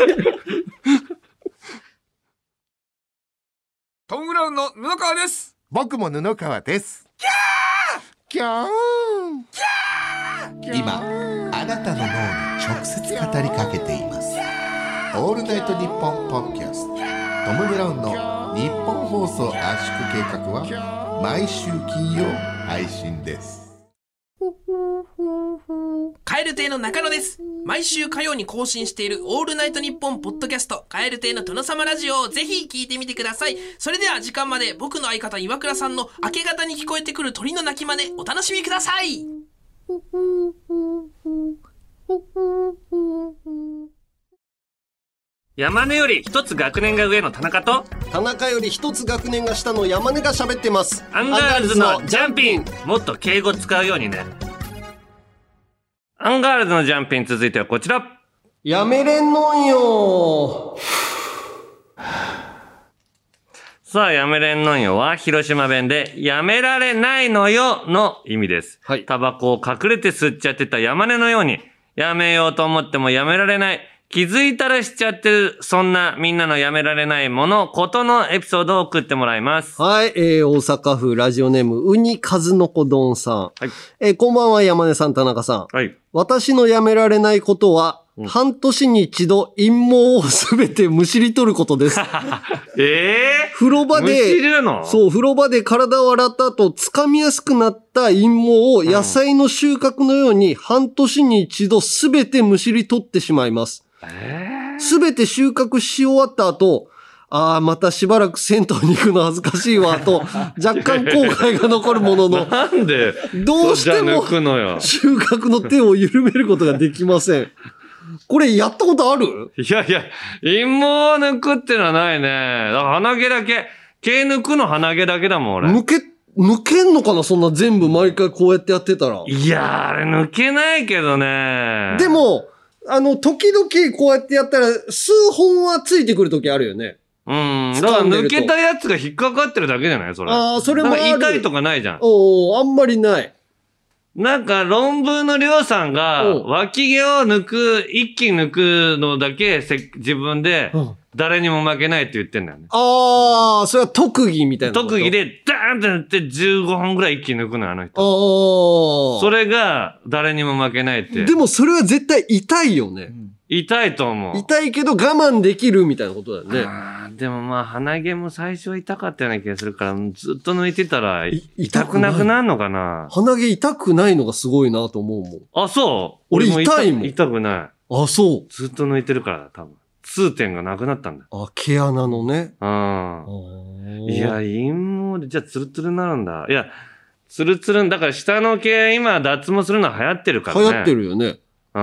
トム・ブラウンの布川です。
僕も布川です。
キャー
キャーン
キャー
今、あなたの脳に直接語りかけています。オールナイトニッポンポッドキャストトム・ブラウンの日本放送圧縮計画は毎週金曜配信です。
蛙亭の中野です。毎週火曜に更新しているオールナイトニッポンポッドキャスト蛙亭の殿様ラジオをぜひ聞いてみてください。それでは時間まで僕の相方岩倉さんの明け方に聞こえてくる鳥の鳴き真似お楽しみください。
山根より一つ学年が上の田中と
田中より一つ学年が下の山根が喋ってます。
アンガールズのジャンピン。もっと敬語使うようにね。アンガールズのジャンピン、続いてはこちら。
やめれんのんよ。
さあ、やめれんのんよは広島弁でやめられないのよの意味です。はい。タバコを隠れて吸っちゃってた山根のようにやめようと思ってもやめられない。気づいたらしちゃってる、そんなみんなのやめられないもの、ことのエピソードを送ってもらいます。
はい、えー、大阪府ラジオネーム、うにかずのこどんさん。はい。えー、こんばんは、山根さん、田中さん。はい。私のやめられないことは、うん、半年に一度陰謀をすべてむしり取ることです。
ええー、
風呂場で、むしるの？そう、風呂場で体を洗った後、掴みやすくなった陰謀を野菜の収穫のように、半年に一度すべてむしり取ってしまいます。すべて収穫し終わった後、ああ、またしばらく銭湯に行くの恥ずかしいわ、と、若干後悔が残るものの、
なんで、
どうしても収穫の手を緩めることができません。これやったことある？
いやいや、陰謀を抜くってのはないね。だから鼻毛だけ、毛抜くの鼻毛だけだもん、俺。
抜け、抜けんのかな、そんな全部毎回こうやってやってたら。
いやー、あれ抜けないけどね。
でも、あの、時々こうやってやったら、数本はついてくる時あるよね。
うん。だから抜けたやつが引っかかってるだけじゃないそれ。
ああ、それもある。
痛いとかないじゃん。
おー、あんまりない。
なんか論文のりょうさんが、脇毛を抜く、一気に抜くのだけせ自分で、誰にも負けないって言ってんだよね。
ああ、それは特技みたいなこと。
特技で、ダーンって塗ってじゅうごほんぐらい一気に抜くのよ、あの人。それが、誰にも負けないって。
でもそれは絶対痛いよね。
痛いと思う。
痛いけど我慢できるみたいなことだよね。
あでもまあ、鼻毛も最初は痛かったような気がするから、ずっと抜いてたら、痛くなくなるのかな。
鼻毛痛くないのがすごいなと思うもん。
あ、そう
俺痛いもん。
痛くない。
あ、そう。
ずっと抜いてるから、多分。痛点がなくなったんだ。
あ、毛穴のね。
うん。いや、陰毛で、じゃあツルツルになるんだ。いや、ツルツル、だから下の毛、今脱毛するのは流行ってるからね。
流行ってるよね。
うん。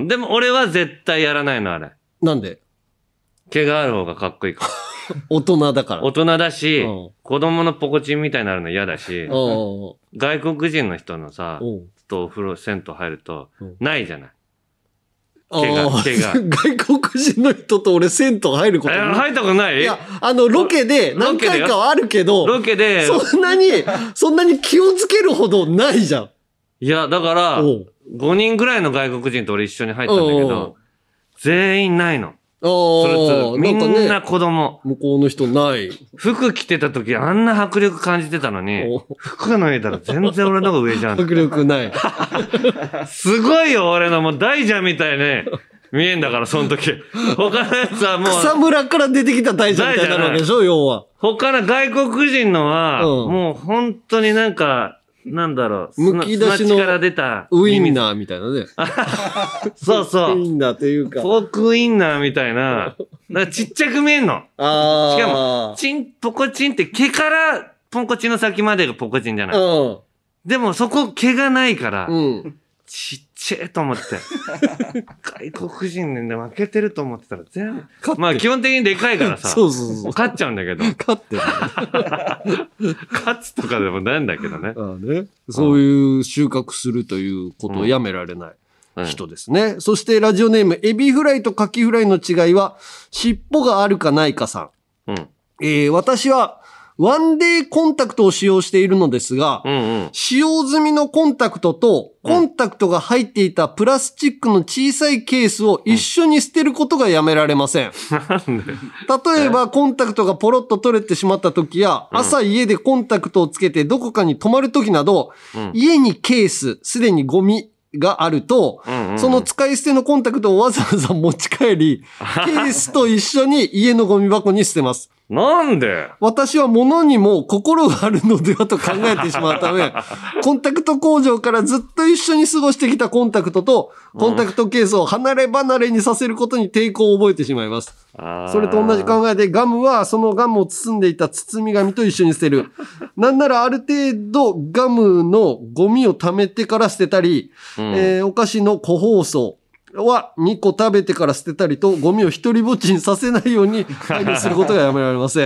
でも俺は絶対やらないの、あれ。
なんで？
毛がある方がかっこいいから。
大人だから。
大人だし、子供のポコチンみたいになるの嫌だし、外国人の人のさ、とお風呂、銭湯入ると、ないじゃない。毛が、毛が。
外国人の人と俺銭湯入ることない。
入ったことない？
いや、あの、ロケで何回かはあるけど、
ロケで、
そんなに、そんなに気をつけるほどないじゃん。
いや、だから、ごにんぐらいの外国人と俺一緒に入ったんだけど、全員ないの。
ああ、
みんな子供。
向こうの人ない。
服着てた時あんな迫力感じてたのに、服脱いだら全然俺の方が上じゃん。
迫力ない。
すごいよ、俺のもう大蛇みたいね。見えんだから、その時。他のやつはもう。
草むらから出てきた大蛇みたいなのでしょ、要は。
他の外国人のは、もう本当になんか、なんだろう。
むき出しの
から出た
ウインナーみたいなね。
そうそう。
ウインナーというか。
ポークウインナーみたいな。なんかちっちゃく見えんの。
ああ。
しかも、チン、ポコチンって毛からポコチンの先までがポコチンじゃない。
うん。
でもそこ毛がないから、
うん。
ちっちゃいと思って。外国人で負けてると思ってたら全部。まあ基本的にでかいからさ。
そうそうそう。
勝っちゃうんだけど。
勝ってる。
勝つとかでもないんだけどね。
ああね。そういう収穫するということをやめられない人ですね。うん、そしてラジオネーム、エビフライとカキフライの違いは、尻尾があるかないかさん。うん、えー、私は、ワンデーコンタクトを使用しているのですが、うんうん、使用済みのコンタクトとコンタクトが入っていたプラスチックの小さいケースを一緒に捨てることがやめられません。うん、例えばコンタクトがポロッと取れてしまった時や、うん、朝家でコンタクトをつけてどこかに泊まる時など、うん、家にケース、すでにゴミがあると、うんうんうん、その使い捨てのコンタクトをわざわざ持ち帰り、ケースと一緒に家のゴミ箱に捨てます。
なんで？
私は物にも心があるのではと考えてしまうため、コンタクト工場からずっと一緒に過ごしてきたコンタクトと、コンタクトケースを離れ離れにさせることに抵抗を覚えてしまいます。それと同じ考えで、ガムはそのガムを包んでいた包み紙と一緒に捨てる。なんならある程度ガムのゴミを溜めてから捨てたり、うんえー、お菓子の個包装はにこ食べてから捨てたりと、ゴミを一人ぼっちにさせないように配慮することがやめられません。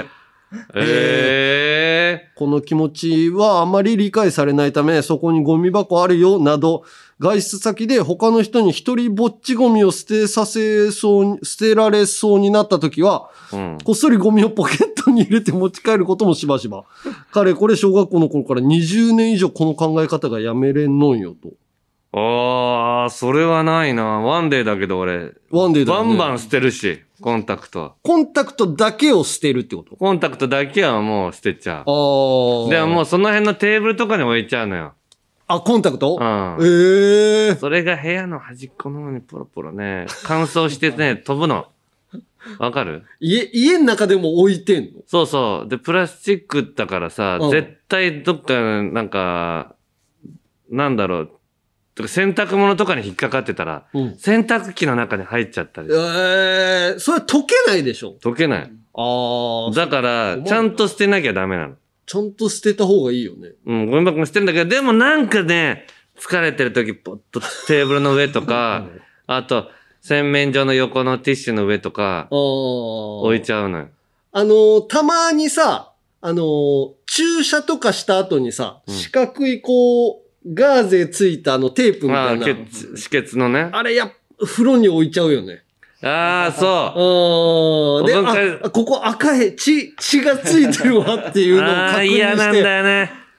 えー、
この気持ちはあまり理解されないため、そこにゴミ箱あるよ、など、外出先で他の人に一人ぼっちゴミを捨てさせそうに、捨てられそうになった時は、うん、こっそりゴミをポケットに入れて持ち帰ることもしばしば。彼、これ小学校の頃からにじゅうねん以上この考え方がやめれんのんよと。
ああ、それはないな。ワンデーだけど俺。
ワンデーだね。
バンバン捨てるし、コンタクト。
コンタクトだけを捨てるってこと？
コンタクトだけはもう捨てちゃう。
ああ。
でももうその辺のテーブルとかに置いちゃうのよ。
あ、コンタクト？
うん。
ええー。
それが部屋の端っこの方にポロポロね、乾燥してね、飛ぶの。わかる？
家、家の中でも置いてんの？
そうそう。で、プラスチックだからさ、うん、絶対どっか、なんか、なんだろう。洗濯物とかに引っかかってたら、うん、洗濯機の中に入っちゃったり。
ええー、それ溶けないでしょ？
溶けない。
ああ。
だから、ちゃんと捨てなきゃダメなの。
ちゃんと捨てた方がいいよね。
うん、ゴミ箱も捨てるんだけど、でもなんかね、疲れてる時、ポッとテーブルの上とか、あと、洗面所の横のティッシュの上とか、置いちゃうのよ。
あのー、たまにさ、あのー、注射とかした後にさ、うん、四角いこう、ガーゼついたあのテープみたいな。
ああ、止血のね。
あれや、風呂に置いちゃうよね。
ああ、そ
う。で、あ、ここ赤い、血、血がついてるわっていうのを確認して。
ああ、嫌なんだよね。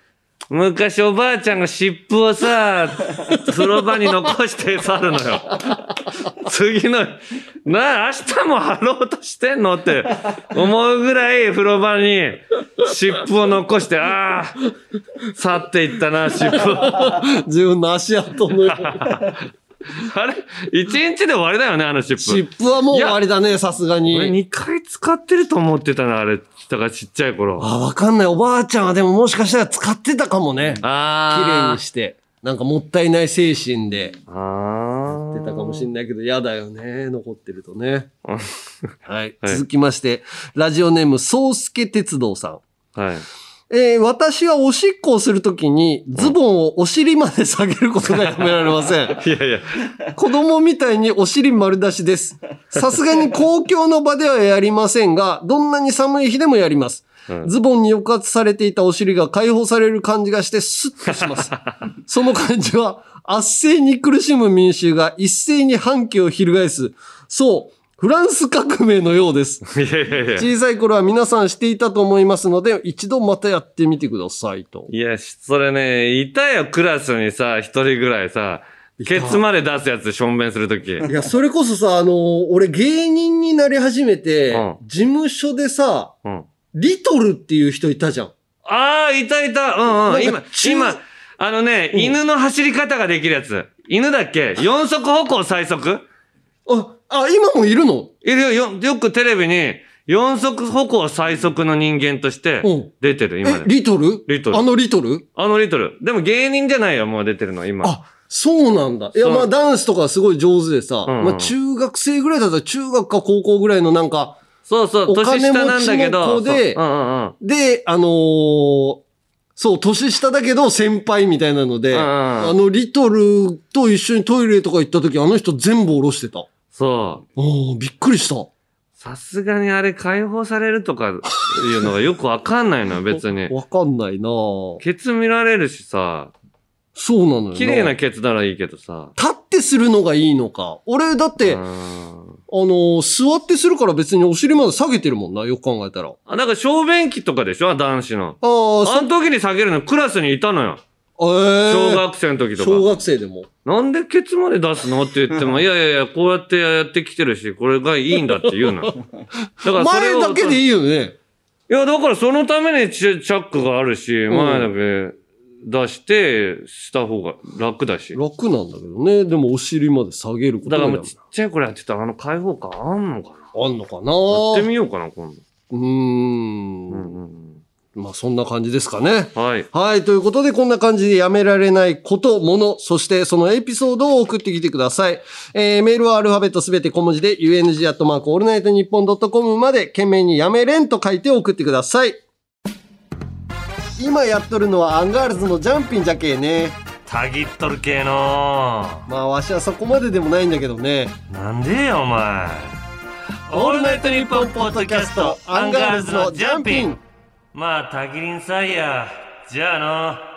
昔おばあちゃんが湿布をさ、風呂場に残して去るのよ。次の、なあ、明日も貼ろうとしてんのって思うぐらい風呂場に湿布を残して、ああ、去っていったな、湿布を。
自分の足跡のように。
あれ一日で終わりだよね、あの湿布。
湿布はもう終わりだね、さすがに。
俺にかい使ってると思ってたな、あれ。だからちっちゃい頃。
あ、わかんない。おばあちゃんはでももしかしたら使ってたかもね。
ああ。
綺麗にして。なんかもったいない精神で。
ああ。
やってたかもしんないけど、嫌だよね。残ってるとね。はい。
はい、
続きまして、ラジオネーム、宗介鉄道さん。
はい。
えー、私はおしっこをするときにズボンをお尻まで下げることがやめられません。
いやいや。
子供みたいにお尻丸出しです。さすがに公共の場ではやりませんが、どんなに寒い日でもやります。うん、ズボンに抑圧されていたお尻が解放される感じがしてスッとします。その感じは圧政に苦しむ民衆が一斉に反旗を翻す。そう。フランス革命のようです。
いやいやいや。
小さい頃は皆さんしていたと思いますので、一度またやってみてくださいと。
いや、それね、いたよ、クラスにさ、一人ぐらいさ、ケツまで出すやつ、しょんべんするとき。い
や、それこそさ、あのー、俺芸人になり始めて、うん、事務所でさ、うん、リトルっていう人いたじゃん。
ああ、いたいた。うんうん。今、今、あのね、うん、犬の走り方ができるやつ。犬だっけ？四足歩行最速？
あ、あ、今もいるの？
いるよ、よ、よくテレビに、四足歩行最速の人間として、出てる、今で。
え、リトル？
リトル。
あのリトル？
あのリトル。でも芸人じゃないよ、もう出てるの、今。
あ、そうなんだ。いや、まあダンスとかすごい上手でさ、うんうん、まあ中学生ぐらいだったら中学か高校ぐらいのなんか、
そうそう、年下なんだけど、
お金持ちの子で、
うんうんうん、
で、あのー、そう、年下だけど先輩みたいなので、うんうん、あのリトルと一緒にトイレとか行った時、あの人全部下ろしてた。
そう。
おー、びっくりした。
さすがにあれ解放されるとかいうのがよくわかんないのよ、別に。
わかんないなぁ。
ケツ見られるしさ。
そうなのよ。
綺麗なケツならいいけどさ。
立ってするのがいいのか。俺、だって、あの、座ってするから別にお尻まで下げてるもんな、よく考えたら。
あ、なんか小便器とかでしょ男子の。ああ、あの時に下げるのクラスにいたのよ。
えー、
小学生の時とか。
小学生でも。
なんでケツまで出すのって言っても、いやいやいや、こうやってやってきてるし、これがいいんだって言うの。だ
から前だけでいいよね。
いや、だからそのためにチャックがあるし、前だけ出してした方が楽だし。
楽なんだけどね。でもお尻まで下げること
だからもうちっちゃい頃やってたあの開放感あんのかな
あんのかな
やってみようかな、今度。
うーん。うんうんまあそんな感じですかね。
はい。
はい。ということでこんな感じでやめられないこと、もの、そしてそのエピソードを送ってきてください。えー、メールはアルファベットすべて小文字で ユーエヌジー アットマークオールナイトニッポンドットコムまで懸命にやめれんと書いて送ってください。今やっとるのはアンガールズのジャンピンじゃけーね。
たぎっとるけーのー。
まあわしはそこまででもないんだけどね。
なんでよお前。オールナイトニッポンポッドキャストアンガールズのジャンピン。まあ、たぎりんさいや。じゃあの。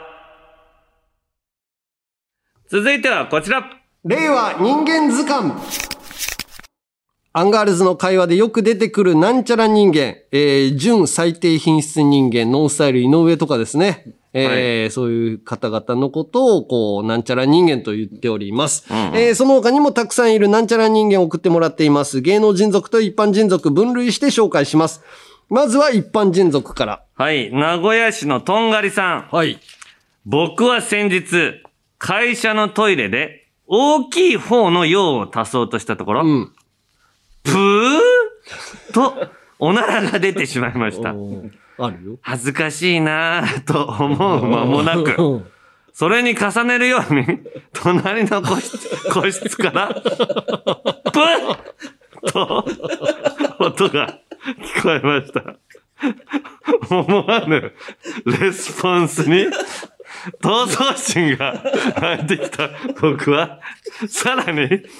続いてはこちら。
令和人間図鑑。アンガールズの会話でよく出てくるなんちゃら人間、えー、純最低品質人間、ノンスタイル井上とかですね。えーはい、そういう方々のことを、こう、なんちゃら人間と言っております。うんうん、えー、その他にもたくさんいるなんちゃら人間を送ってもらっています。芸能人族と一般人族分類して紹介します。まずは一般人族から。
はい。名古屋市のとんがりさん。
はい。
僕は先日、会社のトイレで大きい方の用を足そうとしたところ、うん、プーとおならが出てしまいました。
あるよ。
恥ずかしいなぁと思う間もなく、それに重ねるように、隣の個室、個室から、プーと音が聞こえました。思わぬレスポンスに闘争心が湧いてきた僕はさらにプ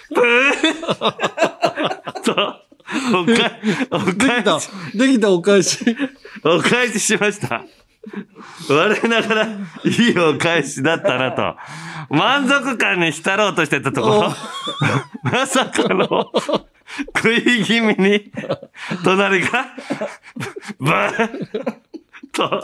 ーとおかお返し
できたお返し
お返ししました。我ながらいいお返しだったなと満足感に浸ろうとしてたところまさかの食い気味に、隣が、ブーッと、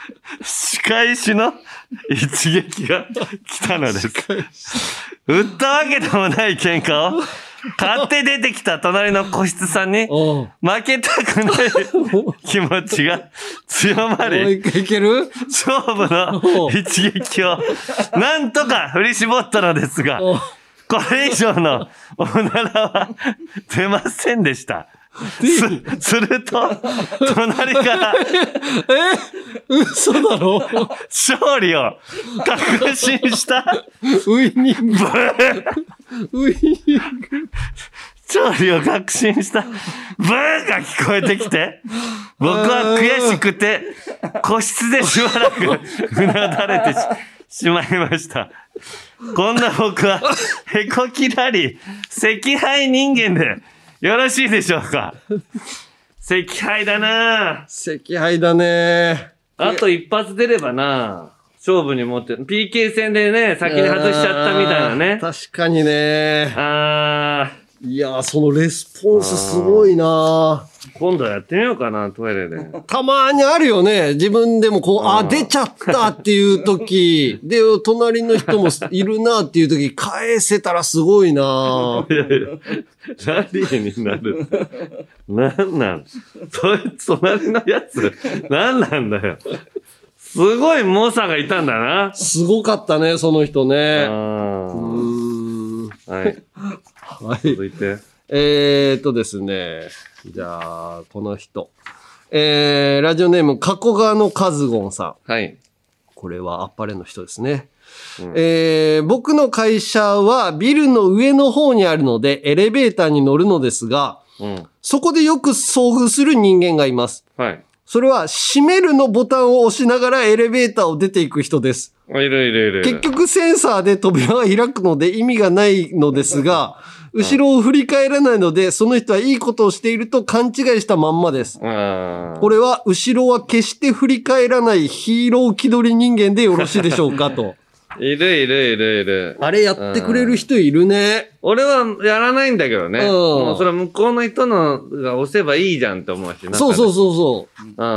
仕返しの一撃が来たのです。売ったわけでもない喧嘩を買って出てきた隣の個室さんに負けたくない気持ちが強まり、
もう一回いける？
勝負の一撃をなんとか振り絞ったのですが、これ以上のおならは出ませんでした。す、すると、隣から、
え嘘だろ？
勝利を確信した
ウイニング。ウイニング。
勝利を確信したブーが聞こえてきて、僕は悔しくて、個室でしばらくうなだれてし、しまいました。こんな僕は、へこきらり、赤敗人間で、よろしいでしょうか。赤敗だな
赤敗だね。
あと一発出ればな勝負に持って、ピーケー 戦でね、先に外しちゃったみたいなね。
確かにね。
あー。
いやー、そのレスポンスすごいな
今度やってみようかな、トイレで。
たまにあるよね。自分でもこう、あ、出ちゃったっていう時、で、隣の人もいるなっていう時、返せたらすごいない
やいや、ラリーになる。なんなんそいつ、隣のやつ、なんなんだよ。すごい猛者がいたんだな。
すごかったね、その人ね。
あー。うーん。はい。
はい。
続いて。
えーっとですね。じゃあ、この人。えー、ラジオネーム、加古川のカズゴンさ
ん。はい。
これはあっぱれの人ですね。うん、えー、僕の会社はビルの上の方にあるのでエレベーターに乗るのですが、うん、そこでよく遭遇する人間がいます。はい。それは閉めるのボタンを押しながらエレベーターを出ていく人です。
いるいるいる。
結局センサーで扉が開くので意味がないのですが、後ろを振り返らないので、その人はいいことをしていると勘違いしたまんまです。これは、後ろは決して振り返らないヒーロー気取り人間でよろしいでしょうかと。
いるいるいるいる。
あれやってくれる人いるね。
俺はやらないんだけどね。うん、もうそれは向こうの人のが押せばいいじゃんって思うし。
そうそうそうそう。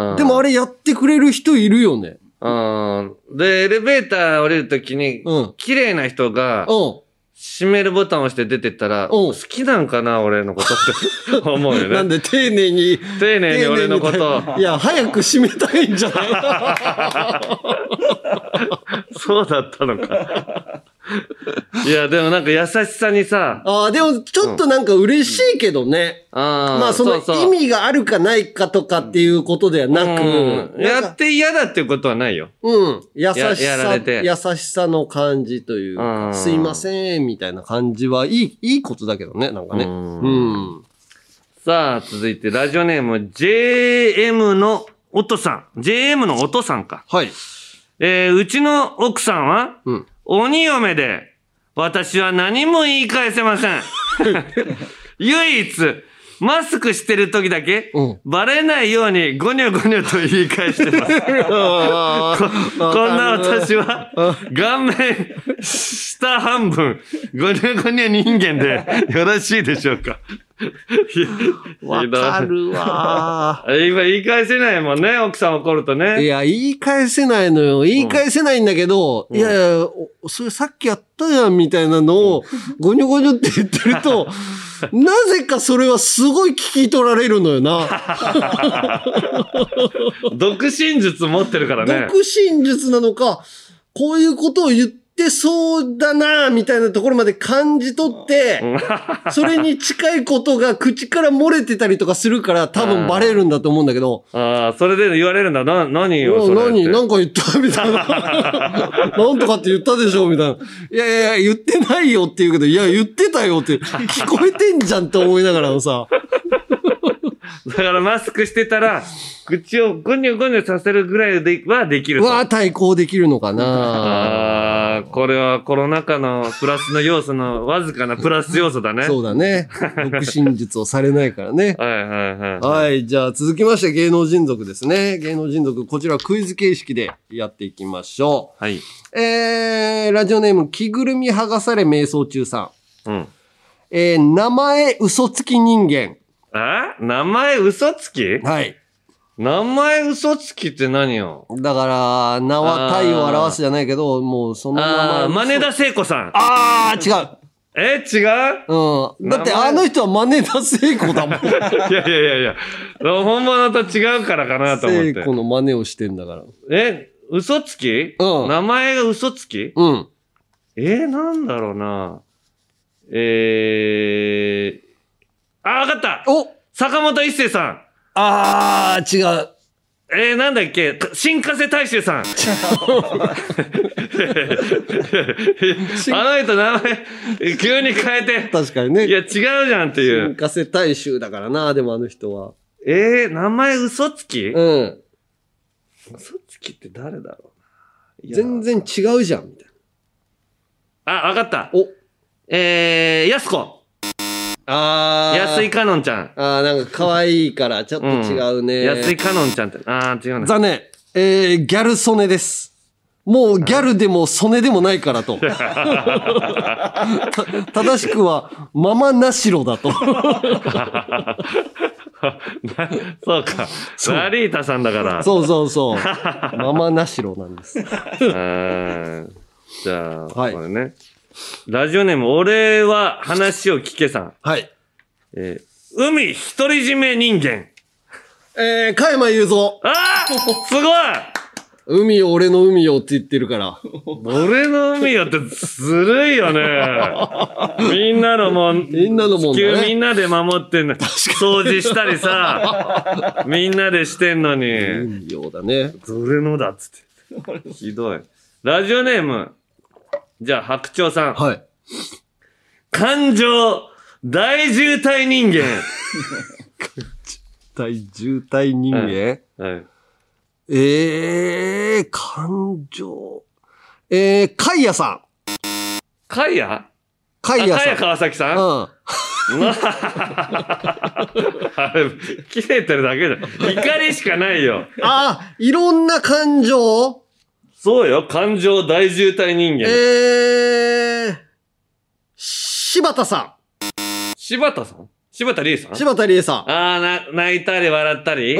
でもあれやってくれる人いるよね。
うん。で、エレベーター降りるときに、うん、綺麗な人が、うん閉めるボタンを押して出てったら、好きなんかな俺のことって思うよね。
なんで丁寧に。
丁寧に俺のこと。
いや、早く閉めたいんじゃない
そうだったのか。いや、でもなんか優しさにさ。
ああ、でもちょっとなんか嬉しいけどね。うん、あまあその意味があるかないかとかっていうことではなく。
うん、やって嫌だっていうことはないよ。
うん。優しさ、優しさの感じというか、すいません、みたいな感じはいい、いいことだけどね、なんかね。うん。うん
さあ、続いてラジオネーム ジェーエム のおとさん。ジェーエム のおとさんか。
はい。
えー、うちの奥さんは、うん、鬼嫁で、私は何も言い返せません。唯一、マスクしてる時だけ、うん、バレないようにゴニョゴニョと言い返してます。こ, こんな私は、顔面、下半分、ゴニョゴニョ人間でよろしいでしょうか。
わかるわ
ー。今言い返せないもんね、奥さん怒るとね。
いや、言い返せないのよ。言い返せないんだけど、うん、いやいや、それさっきやったじゃんみたいなのを、ゴニョゴニョって言ってると、なぜかそれはすごい聞き取られるのよな。
独身術持ってるからね。
独身術なのか、こういうことを言って、で、そうだなみたいなところまで感じ取って、それに近いことが口から漏れてたりとかするから多分バレるんだと思うんだけど。
ああ、それで言われるんだ。な、何よ、それ。
何なんか言ったみたいな。なんとかって言ったでしょみたいな。いやいやいや、言ってないよって言うけど、いや、言ってたよって、聞こえてんじゃんって思いながらさ。
だからマスクしてたら、口をゴニョゴニョさせるぐらいではできると。
は対抗できるのかな
ああ、これはコロナ禍のプラスの要素のわずかなプラス要素だね。
そうだね。独身術をされないからね。
はいはいはい。
はい。じゃあ続きまして芸能人族ですね。芸能人族、こちらクイズ形式でやっていきましょ
う。はい。
えー、ラジオネーム、着ぐるみ剥がされ瞑想中さ
ん。うん。
えー、名前嘘つき人間。
あ名前嘘つき
はい。
名前嘘つきって何よ。
だから、名は体を表すじゃないけど、もうその名前。
ああ、真田聖子さん。
ああ、違う。
え、違う
うん。だってあの人は真田聖子だもん。い
やいやいやいや、本物と違うからかなと思って。
聖子の真似をしてんだから。
え、嘘つきうん。名前が嘘つき
うん。
えー、なんだろうな。えー、あ、わかった
お
坂本一生さん。
あー、違う。
えー、なんだっけ新加瀬大衆さん。あの人名前、急に変えて。
確かにね。
いや、違うじゃんっていう。
新加瀬大衆だからな、でもあの人は。
えー、名前嘘つき
うん。
嘘つきって誰だろうな。
全然違うじゃん、みたい
な。あ、わかった。
お。
えー、やすこ。
あー。
安井かのんちゃん。
あー、なんか可愛いからちょっと違うね。
うん、安井かのんちゃんって。あー、違うね。
残念。えー、ギャル曽根です。もうギャルでも曽根でもないからと。正しくは、ママナシロだと。
そうか。ラリータさんだから。
そうそうそう。ママナシロなんです。
あじゃあ、はい、これね。ラジオネーム、俺は話を聞けさん。
はい。
えー、海独り占め人間。
えー、加山雄三。
ああすごい
海よ、俺の海よって言ってるから。
俺の海よってずるいよね。みんなのもん、
みんなのもんだね。
地球みんなで守ってんの。掃除したりさ、みんなでしてんのに。
海よだね。
俺のだっつって。ひどい。ラジオネーム、じゃあ白鳥さん。
はい。
感情大渋滞人間。
大渋滞人間、
はいはい
えー、感情。えー、カイヤさん。
カイヤ
カイヤさん。
カイヤ川崎さんうん。あれ、切れてるだけだ。怒りしかないよ。
あ、いろんな感情
そうよ。感情大渋滞人間。
えー、柴田さん。
柴田さん柴田理恵さん
柴田理恵さん。
ああ、な、泣いたり笑ったり
うん。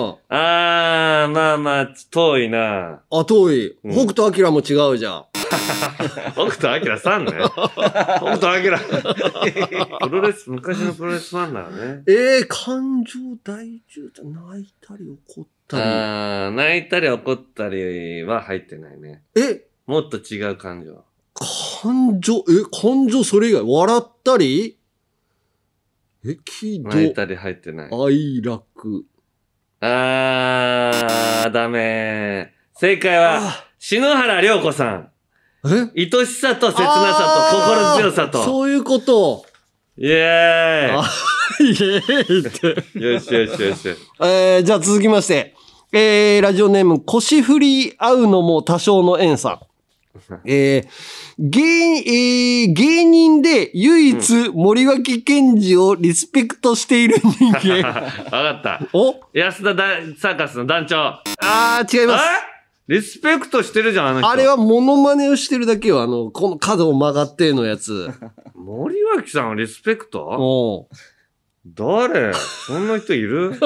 ああ、まあまあ、遠いな。
あ、遠い。うん、北斗晶も違うじゃん。
北斗晶さんね。北斗晶。プロレス、昔のプロレスファンだよね。
ええー、感情大渋滞、泣いたり怒ったり。
ああ、泣いたり怒ったりは入ってないね。
え
もっと違う感情。
感情、え、感情それ以外笑ったりえ、喜怒。
泣いたり入ってない。
哀楽。
あー、ダメ。正解は、篠原涼子さん。
え
愛しさと切なさと心強さと。
そういうこと。
イェーイ。
イェーイって。
よしよしよし。
えー、じゃあ続きまして。えー、ラジオネーム、腰振り合うのも多少の縁さん。えー、芸、えー、芸人で唯一森脇健児をリスペクトしている人間。
わかった。
お
安田大サーカスの団長。
あー、違います。
リスペクトしてるじゃん、あの人。
あれはモノマネをしてるだけよ。あの、この角を曲がってのやつ。
森脇さんをリスペクト
お
誰そんな人いる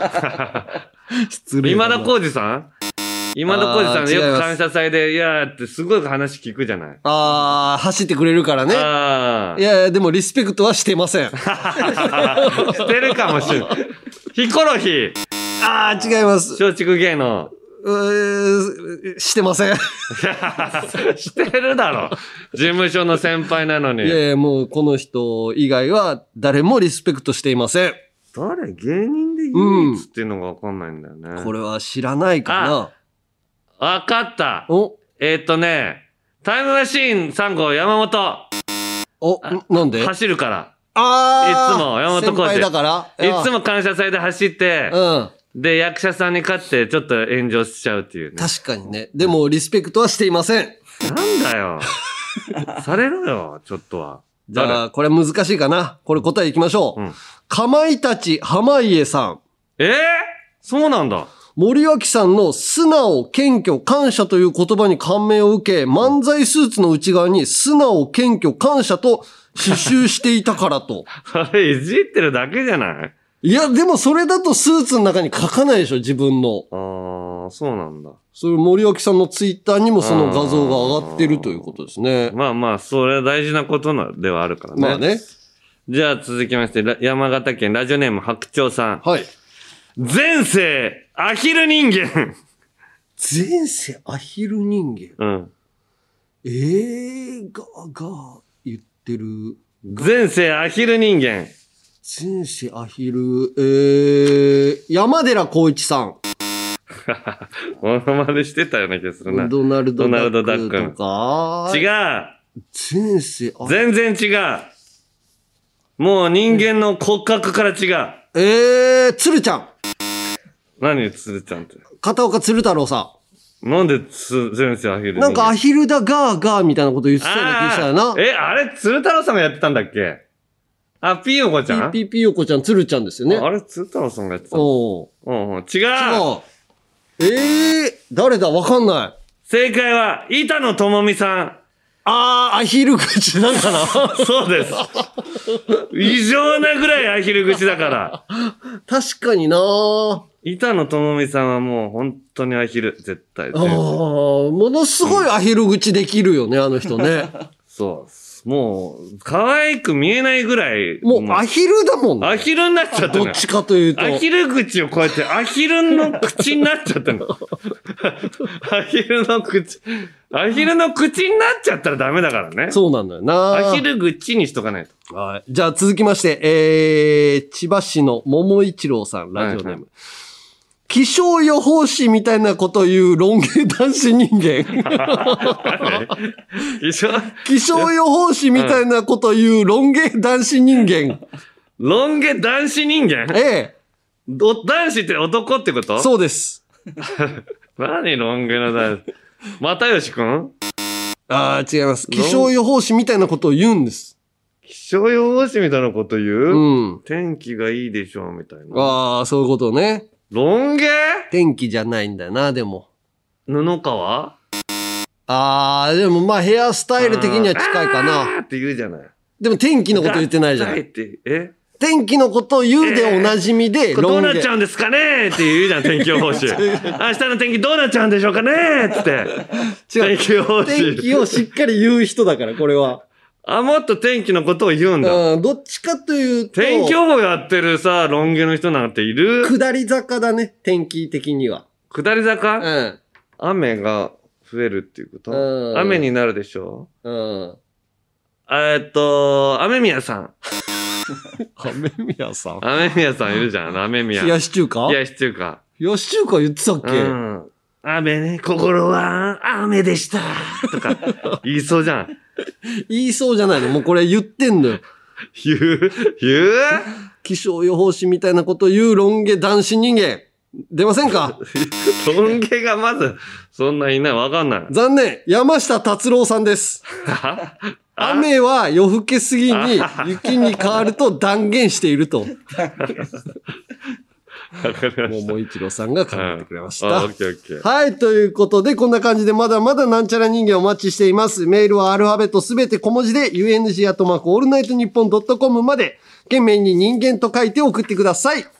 失礼。
今田耕司さん今田耕司さんよく感謝祭で、いやーってすごい話聞くじゃない。
あー、走ってくれるからね。
あ
いやいや、でもリスペクトはしてません。
してるかもしれない。ヒコロヒー。
あー、違います。
松竹芸能。
うー、してません。
してるだろ。事務所の先輩なのに。
いやいや、もうこの人以外は誰もリスペクトしていません。
誰芸人で唯一っていうのがわかんないんだよね、
うん。これは知らないかな。
わかった。
お
えー、っとね、タイムマシーンさん号山本。
お、なんで
走るから。
あ
ー。いつも山本浩二。
先輩だから
いつも感謝祭で走って、
うん。
で、役者さんに勝ってちょっと炎上しちゃうっていうね。
確かにね。でも、リスペクトはしていません。
なんだよ。されろよ、ちょっとは。
じゃあ、これ難しいかな。これ答えいきましょう。うん、かまいたち濱家さん。
えー、そうなんだ。
森脇さんの素直、謙虚、感謝という言葉に感銘を受け、漫才スーツの内側に素直、謙虚、感謝と刺繍していたからと。
それいじってるだけじゃない
いや、でもそれだとスーツの中に書かないでしょ、自分の。
ああ、そうなんだ。
それ森脇さんのツイッターにもその画像が上がってるということですね。
まあまあ、それは大事なことなではあるからね。
まあね。
じゃあ続きまして、山形県ラジオネーム白鳥さん。
はい。
前世アヒル人間。
前世アヒル人間。
うん。
えー、が、が、言ってる。
前世アヒル人間。
前世アヒル、えー、山寺宏一さん。
モノマネしてたような気がするな。
ドナルドダックとか。
ドナルドダック。違う。
前世
全然違う。もう人間の骨格から違う。
えー、鶴ちゃん。
何鶴ちゃんって。
片岡鶴太郎さ
ん。なんでつ、前世アヒル
なんかアヒルだガーガーみたいなこと言ってたような気したよな。
え、あれ鶴太郎さんがやってたんだっけ？あ、ピーヨコちゃん？
ピーピーピーヨコちゃん、鶴ちゃんですよね。
あれ鶴太郎さんがやってたの？
お
うん、うん、違う。違
う。えー、誰だわかんない。
正解は、板野友美さん。
あー、アヒル口だから。
そうです。異常なぐらいアヒル口だから。
確かになー。
板野友美さんはもう本当にアヒル、絶対。ああ、
ものすごいアヒル口できるよね、うん、あの人ね。
そう。もう、可愛く見えないぐらい。
もうアヒルだもんね。
アヒルになっちゃってる。
どっちかというと。
アヒル口をこうやってアヒルの口になっちゃってるの。アヒルの口。アヒルの口になっちゃったらダメだからね。
そうなんだよな。
アヒル口にしとかないと。
はい。じゃあ続きまして、えー、千葉市の桃一郎さん、ラジオネーム。はいはい、気象予報士みたいなこと言うロン毛男子人間。
気象
気象予報士みたいなこと言うロン毛男子人間。
ロン毛男子人間？
ええ。
男子って男ってこと？
そうです。
何ロン毛の男子。又吉くん？
ああ、違います。気象予報士みたいなことを言うんです。
気象予報士みたいなこと言う？
うん。
天気がいいでしょうみたいな。
ああ、そういうことね。
ロン毛？
天気じゃないんだよな、でも。
布川？
ああ、でもまあヘアスタイル的には近いかな。
あーって言うじゃない。
でも天気のこと言ってないじゃん。
え
天気のことを言うでおなじみで、
えー、どうなっちゃうんですかねって言うじゃん、天気予報士。明日の天気どうなっちゃうんでしょうかねつって。
違う。天気予報士。天気をしっかり言う人だから、これは。
あ、もっと天気のことを言うんだ。
うん、どっちかというと。
天気予報やってるさ、ロン毛の人なんている？
下り坂だね、天気的には。
下り坂？
うん。
雨が増えるっていうこと？うん。雨になるでしょ？うん。えっと、雨宮さん。
雨宮さん
雨宮さんいるじゃん、雨宮。
冷やし中華？
冷やし中華。
冷やし中華言ってたっけ？うん。
雨ね、心は雨でした。とか、言いそうじゃん。
言いそうじゃないの。もうこれ言ってんのよ。
言う言う
気象予報士みたいなこと言うロン毛男子人間。出ませんか？
ロン毛がまず、そんないない。わかんない。
残念。山下達郎さんです。雨は夜更けすぎに雪に変わると断言していると。桃一郎さんが考えてくれました。
はい、
ということで、こんな感じでまだまだなんちゃら人間お待ちしています。メールはアルファベットすべて小文字で ユーエヌジー アットマークオールナイトニッポンドットコムまで、懸命に人間と書いて送ってください。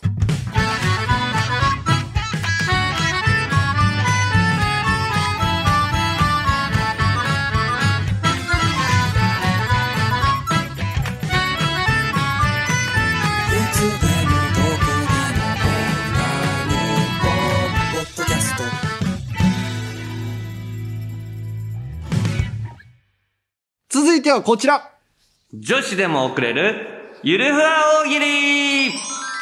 続いてはこちら。
女子でも送れる、ゆるふわ大喜利。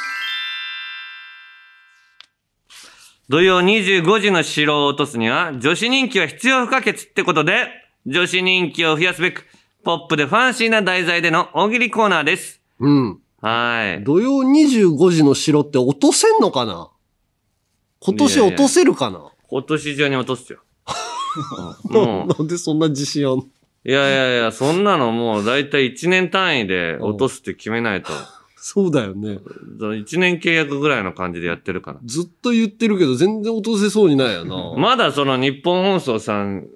土曜にじゅうごじの城を落とすには、女子人気は必要不可欠ってことで、女子人気を増やすべく、ポップでファンシーな題材での大喜利コーナーです。
うん。
はい。
土曜にじゅうごじの城って落とせんのかな？今年落とせるかな？いやいや
今年中に落とすよ。
もうなんでそんな自信あんの？
いやいやいや、そんなのもうだいたいいちねん単位で落とすって決めないと。
そうだよね。
いちねん契約ぐらいの感じでやってるから。
ずっと言ってるけど全然落とせそうにないよな。
まだその日本放送さん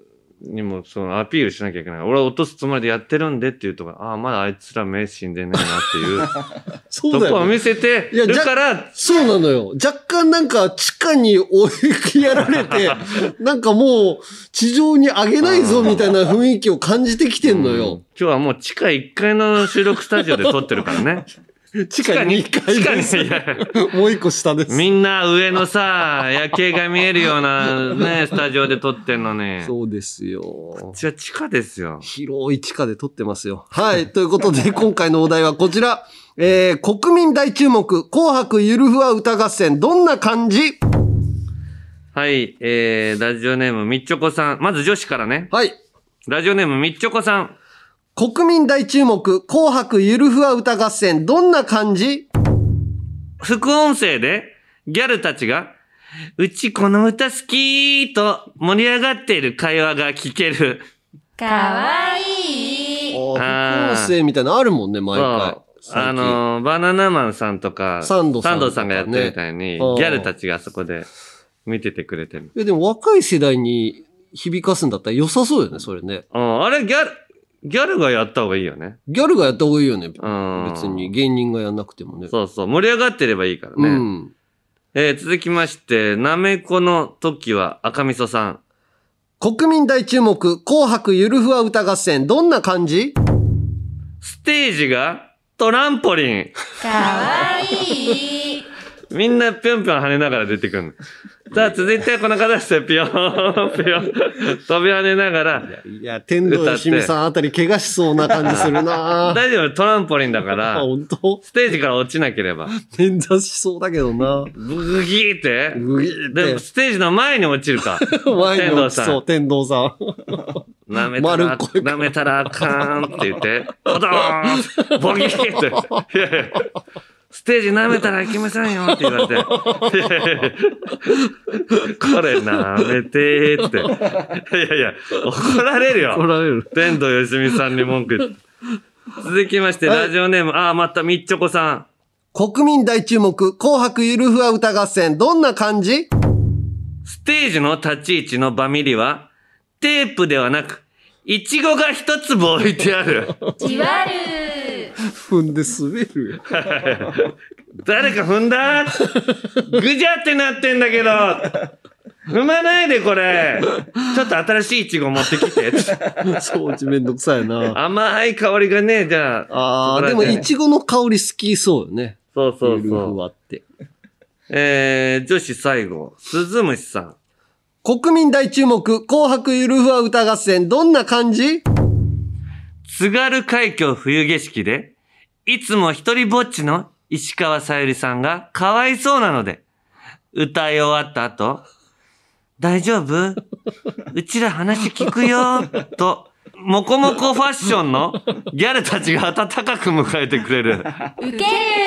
にもそのアピールしなきゃいけない。俺は落とすつもりでやってるんでっていうとか、ああ、まだあいつら目死んでねえなっていう。そうだよ、ね。とこを見せてるから。
そうなのよ。若干なんか地下に追いやられて、なんかもう地上に上げないぞみたいな雰囲気を感じてきてんのよ。うん、
今日はもう地下いっかいの収録スタジオで撮ってるからね。
地下にかいです。もう一個下です。
みんな上のさ、夜景が見えるようなね、スタジオで撮ってんのね。
そうですよ。
こっちは地下ですよ。
広い地下で撮ってますよ。はい。ということで、今回のお題はこちら。えー、国民大注目、紅白ゆるふわ歌合戦、どんな感じ？
はい。えー、ラジオネームみっちょこさん。まず女子からね。
はい。
ラジオネームみっちょこさん。
国民大注目、紅白ゆるふわ歌合戦、どんな感じ？
副音声で、ギャルたちが、うちこの歌好きーと盛り上がっている会話が聞ける。
かわいい。
ああ、副音声みたいなのあるもんね、毎回。
あの、バナナマンさんとか、
サンドさん、
サンドさんがやってるみたいに、ギャルたちがそこで見ててくれてる。
え、でも若い世代に響かすんだったら良さそうよね、それね。
うん、あれギャル、ギャルがやった方がいいよね。
ギャルがやった方がいいよね。
うん。
別に芸人がやんなくてもね。
そうそう。盛り上がってればいいからね。うん。えー、続きまして、なめこの時は赤味噌さん。
国民大注目、紅白ゆるふわ歌合戦、どんな感じ？
ステージがトランポリン。
かわいい。
みんなぴょんぴょん跳ねながら出てくるの。さあ、続いてはこの方ですよ。ぴよーん、ぴよん。飛び跳ねながら。
いや、天童よしみさんあたり怪我しそうな感じするな
大丈夫、トランポリンだから。
あ、本当？
ステージから落ちなければ。
捻挫しそうだけどな。
グギーって
グギーって。
でも、ステージの前に落ちるか。
前に落ちそう、天童さん。
舐めたら、舐めたらあかんって言って、ポトーンボギーって。いやいやステージ舐めたらいけませんよって言われて。いやいやこれ舐めてーって。いやいや、怒られるよ。
怒られる。
天童よしみさんに文句言って。続きまして、ラジオネーム、はい、ああ、またみっちょこさん。
国民大注目、紅白ゆるふわ歌合戦、どんな感じ？
ステージの立ち位置のバミリは、テープではなく、イチゴが一粒置いてある。
じわる。
踏んで滑る。
誰か踏んだ？ぐじゃってなってんだけど。踏まないでこれ。ちょっと新しいイチゴ持ってきて。
掃除めんどくさいな。
甘い香りがね、じゃあ。
ああ、でもイチゴの香り好きそうよね。
そうそうそう。ゆる
ふわって。
えー、女子最後、鈴虫さん。
国民大注目、紅白ゆるふわ歌合戦、どんな感じ？
津軽海峡冬景色で、いつも一人ぼっちの石川さゆりさんがかわいそうなので、歌い終わった後、大丈夫？うちら話聞くよ、と、もこもこファッションのギャルたちが温かく迎えてくれる。
ウケ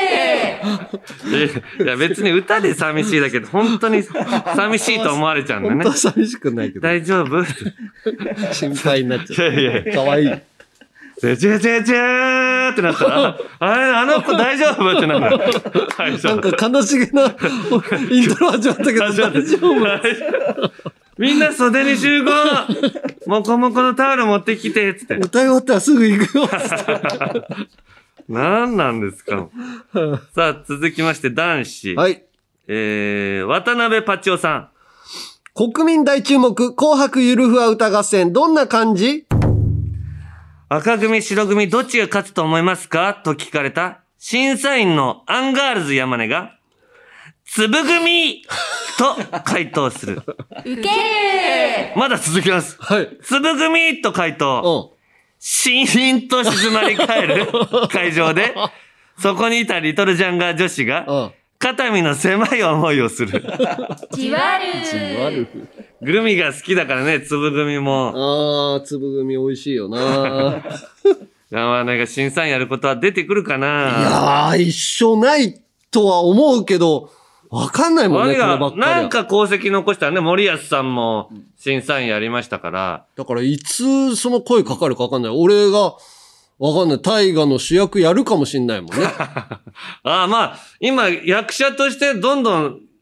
ーいや別に歌で寂しいだけど、本当に寂しいと思われちゃうんだね。
本当は寂しくないけど。
大丈夫？
心配になっちゃう。
いやいや。
かわいい。
ジェジェジェジェーってなったら、あれ、あの子大丈夫ってなる。
なんか悲しげなイントロ始まったけど、大丈夫
みんな袖に集合もこもこのタオル持ってきてつって。
歌い終わったらすぐ行くよ
何なんですかさあ、続きまして男子。
はい。
えー、渡辺パチオさん。
国民大注目、紅白ゆるふわ歌合戦、どんな感じ？
赤組白組どっちが勝つと思いますかと聞かれた審査員のアンガールズ山根が粒組と回答する。
ウケー
まだ続きます。
はい。
粒組と回答。シーンと静まり返る会場で、そこにいたリトルジャンガー女子が、肩身の狭い思いをする。
じわる
じわる。
グルミが好きだからね、粒組も。
あー、粒組美味しいよな
山根が審査員やることは出てくるかな。い
やー、一緒ないとは思うけど、わかんないもんね、こればっかりは。
なんか功績残したらね、森保さんも審査員やりましたから。
だからいつその声かかるかわかんない。俺が、わかんない。大河の主役やるかもしんないもんね。
ああ、まあ、今役者としてどんどん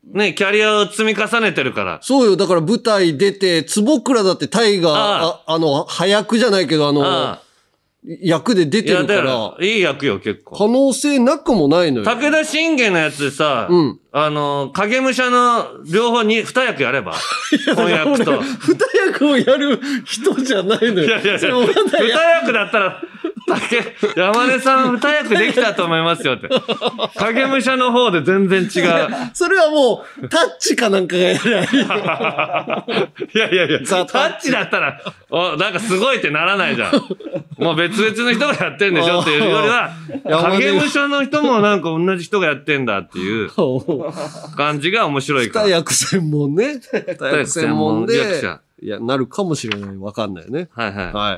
ね、キャリアを積み重ねてるから。
そうよ。だから舞台出て、坪倉だってタイが、ああ、あの、早くじゃないけど、あの、あ役で出てるから。
いい役よ、結構。
可能性なくもないのよ。
武田信玄のやつでさ、うん、あの、影武者の両方に二役やれば。本役と。
二役をやる人じゃないのよ。いやいやいや、
二役だったら、竹、山根さん二役できたと思いますよって。影武者の方で全然違う。
それはもう、タッチかなんかがやらない。
いやいやいや、タッチだったら、お、なんかすごいってならないじゃん。もう別々の人がやってるんでしょっていうよりは、影武者の人もなんか同じ人がやってんだっていう感じが面白いから。
二役専門ね。二役専門で。役者。いや、なるかもしれない。わかんないね。
はいはい。はい。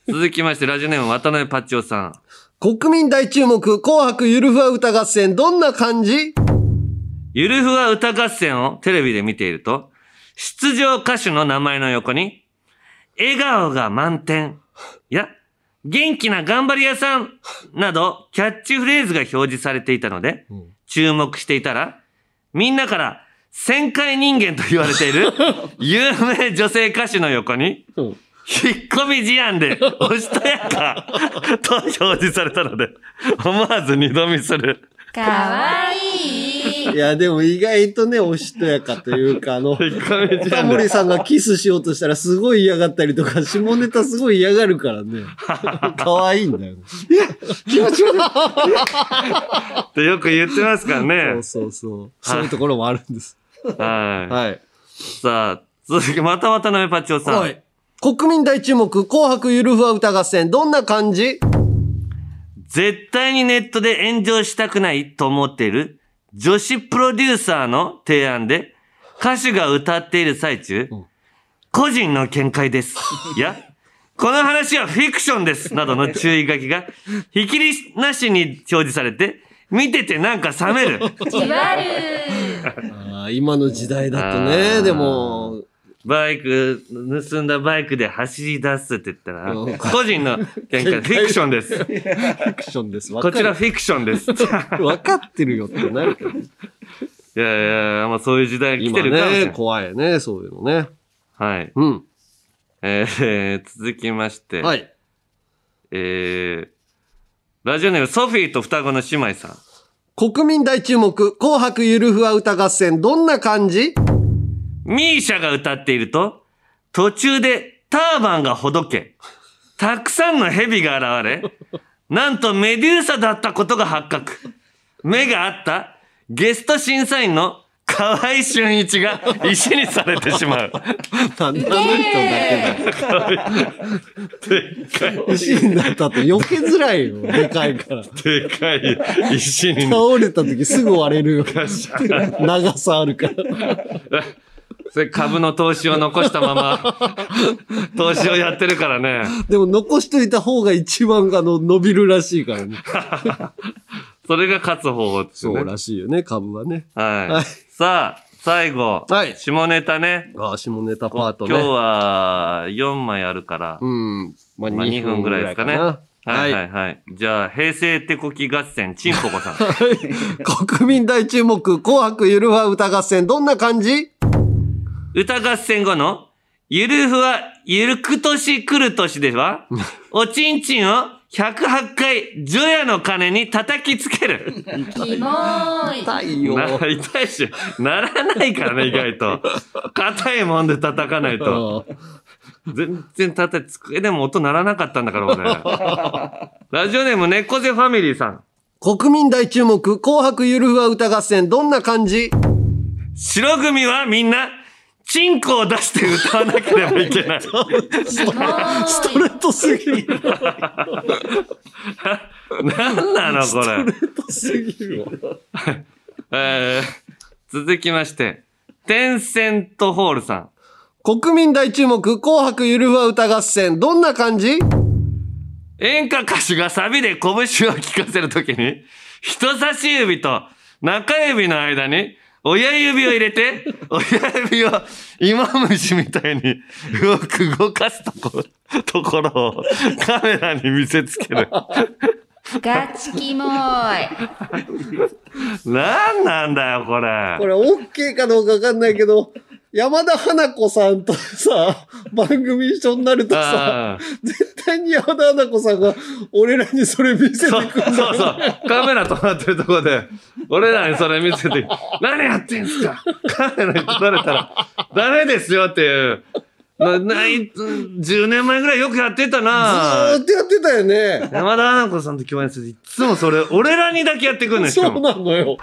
続きまして、ラジオネーム渡辺パッチオさん。
国民大注目、紅白ゆるふわ歌合戦、どんな感じ？
ゆるふわ歌合戦をテレビで見ていると、出場歌手の名前の横に、笑顔が満点や、元気な頑張り屋さんなど、キャッチフレーズが表示されていたので、うん、注目していたら、みんなから、旋回人間と言われている有名女性歌手の横に、引っ込み思案でおしとやかと表示されたので、思わず二度見する。
かわいい。
いや、でも意外とね、おしとやかというか、あの、タモリさんがキスしようとしたらすごい嫌がったりとか、下ネタすごい嫌がるからね。かわいいんだよ。いや、気持ち悪い。
ってよく言ってますからね。
そうそうそう。そういうところもあるんです。
はい。
はい。
さあ、続き、また渡辺パッチオさん。はい。
国民大注目、紅白ゆるふわ歌合戦、どんな感じ？
絶対にネットで炎上したくないと思っている女子プロデューサーの提案で、歌手が歌っている最中、うん、個人の見解です。いや、この話はフィクションです。などの注意書きが、ひきりなしに表示されて、見ててなんか冷める。
じわる
あ今の時代だとね、でも、
バイク、盗んだバイクで走り出すって言ったら、個人の見解、フィクションです。フ
ィクションです。
こちらフィクションです。
分かってるよってなるけど。い
やいや、まあそういう時代来てるかもしれない。
ね、怖いね、そういうのね。
はい。
うん。
えー、続きまして。
はい。
えー、ラジオネームソフィーと双子の姉妹さん。
国民大注目、紅白ゆるふわ歌合戦、どんな感じ？
ミーシャが歌っていると、途中でターバンがほどけ、たくさんの蛇が現れ、なんとメデューサだったことが発覚。目があったゲスト審査員の河合俊一が石にされてしまう。
なんであの人だけだ。でっかい。石になったって避けづらいよ。でかいから。
でかい石に。
倒れた時すぐ割れるよ。長さあるから。
それ株の投資を残したまま、投資をやってるからね。
でも残しといた方が一番あの伸びるらしいからね。
それが勝つ方法ですね。
そうらしいよね、株はね。
はい。はい、さあ、最後。
はい。
下ネタね。
ああ、下ネタパートね。
今日はよんまいあるから。
うん。
まあにふんぐらいですかね。はいはいはい。じゃあ、平成手こき合戦、チンポコさん。
国民大注目、紅白ゆるふわ歌合戦、どんな感じ？
歌合戦後の、ゆるふわ、ゆるく年来る年では、おちんちんをひゃくはちかい、除夜の鐘に叩きつける。
キモーい。
痛いよ。
痛いし、ならないからね、意外と。硬いもんで叩かないと。全然叩きつけ、でも音鳴らなかったんだから、俺。ラジオネーム、猫背ファミリーさん。
国民大注目、紅白ゆるふわ歌合戦、どんな感じ？
白組はみんな、チンコを出して歌わなければいけない。スト
レートすぎる。
何なのこれ。
ストレートすぎるわ。
えー、続きまして、テンセントホールさん。
国民大注目、紅白ゆるふわ歌合戦、どんな感じ？
演歌歌手がサビで拳を聞かせるときに、人差し指と中指の間に、親指を入れて、親指を芋虫みたいによく動かすとこ、ところをカメラに見せつける。
ガチキモい。
なんなんだよ、これ。
これ、オッケーかどうかわかんないけど、山田花子さんとさ、番組一緒になるとさ、絶対に山田花子さんが俺らにそれ見せてくるんだよ、ね。
そうそう。カメラ止まってるとこで、俺らにそれ見せて、何やってんすかカメラに撮られたら、ダメですよっていう。な、ない、じゅうねんまえぐらいよくやってたな
ずーっとやってたよね。
山田花子さんと共演するといつもそれ、俺らにだけやってくんねん、しかも。
そうなのよ。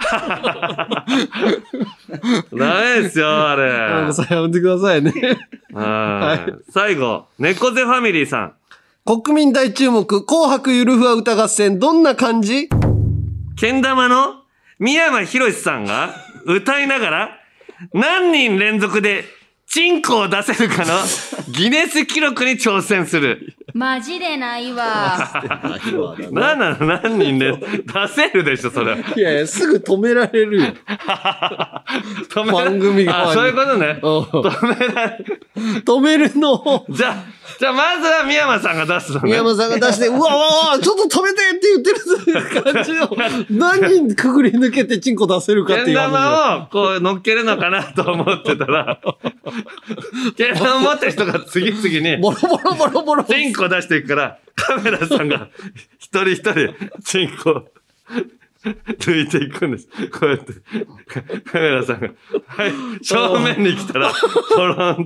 ダメですよ、あれ。
花子さんやめてくださいね。
はい。最後、猫背ファミリーさん。
国民大注目、紅白ゆるふわ歌合戦、どんな感じ？
けん玉の三山ひろしさんが歌いながら、何人連続でチンコを出せるかのギネス記録に挑戦する。
マジでないわ。
何なの何人で出せるでしょ、それ。
いやいや、すぐ止められるよ。
止めら
番組側に。
あ、そういうことね。止められる。
止めるのを。
じゃあ、じゃあまずは三山さんが出すのね。
三山さんが出して、うわうわうわ、ちょっと止めてって言ってる感じを、何人くぐり抜けてチンコ出せるかっていう。
けん玉をこう乗っけるのかなと思ってたら、けん玉持ってる人が次々に、
ボロボロボロボロ。
チンコ出していくから、カメラさんが一人一人チンコを抜いていくんです。こうやって。カメラさんが、はい、正面に来たら、ポロンって。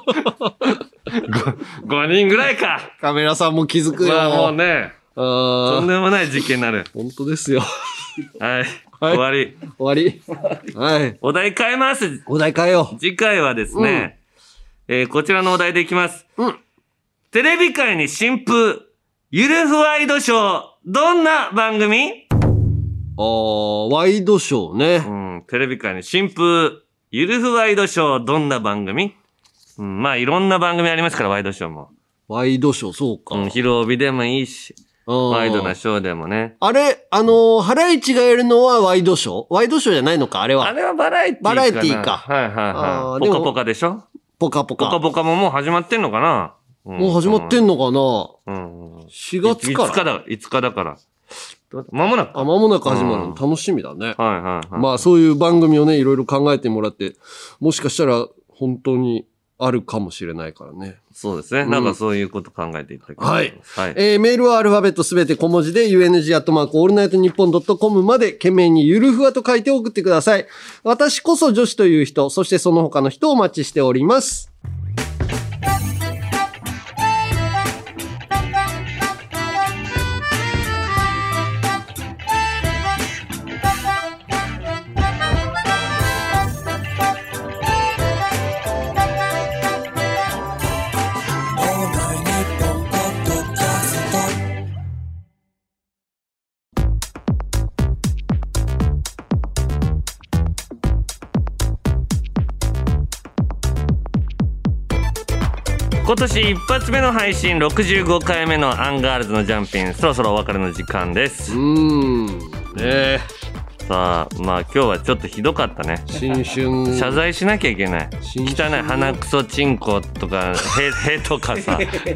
ごにんぐらいか。
カメラさんも気づくよ。
まあもうね、とんでもない事件になる。
本当ですよ。
はい。終わり。
終わり。はい。
お題変えます。
お題変えよう。
次回はですね、うん、えー、こちらのお題でいきます。うん。テレビ界に新風、ゆるふワイドショー、どんな番組？
あー、ワイドショーね。
うん、テレビ界に新風、ゆるふワイドショー、どんな番組？うん、まあいろんな番組ありますから、ワイドショーも。
ワイドショー、そうか。
うん、昼帯でもいいし、ワイドなショーでもね。
あれ、あのー、ハライチがやるのはワイドショー？ワイドショーじゃないのか、あれは。
あれはバラエティーかな。
バラエティーか。
はいはいはい。ポカポカでしょ？
ポカポカ。
ポカポカももう始まってんのかな？
うん、もう始まってんのかな？うん。しがつから。
いつかだ、いつかだから。間もなく。
あ、間もなく始まるの。楽しみだね。
はいはいはい。
まあそういう番組をね、いろいろ考えてもらって、もしかしたら本当にあるかもしれないからね。
そうですね。うん、なんかそういうこと考えていただきます。
はい。はい、えー、メールはアルファベットすべて小文字で ユーエヌジー アットマークオールナイトニッポンドットコムまで懸命にゆるふわと書いて送ってください。私こそ女子という人、そしてその他の人をお待ちしております。
今年一発目の配信ろくじゅうごかいめのアンガールズのジャンピン、そろそろお別れの時間です。
うーん。ねえ。
さあ、まあ今日はちょっとひどかったね。
新春。
謝罪しなきゃいけない。汚い鼻くそチンコとか、へ、へとかさ。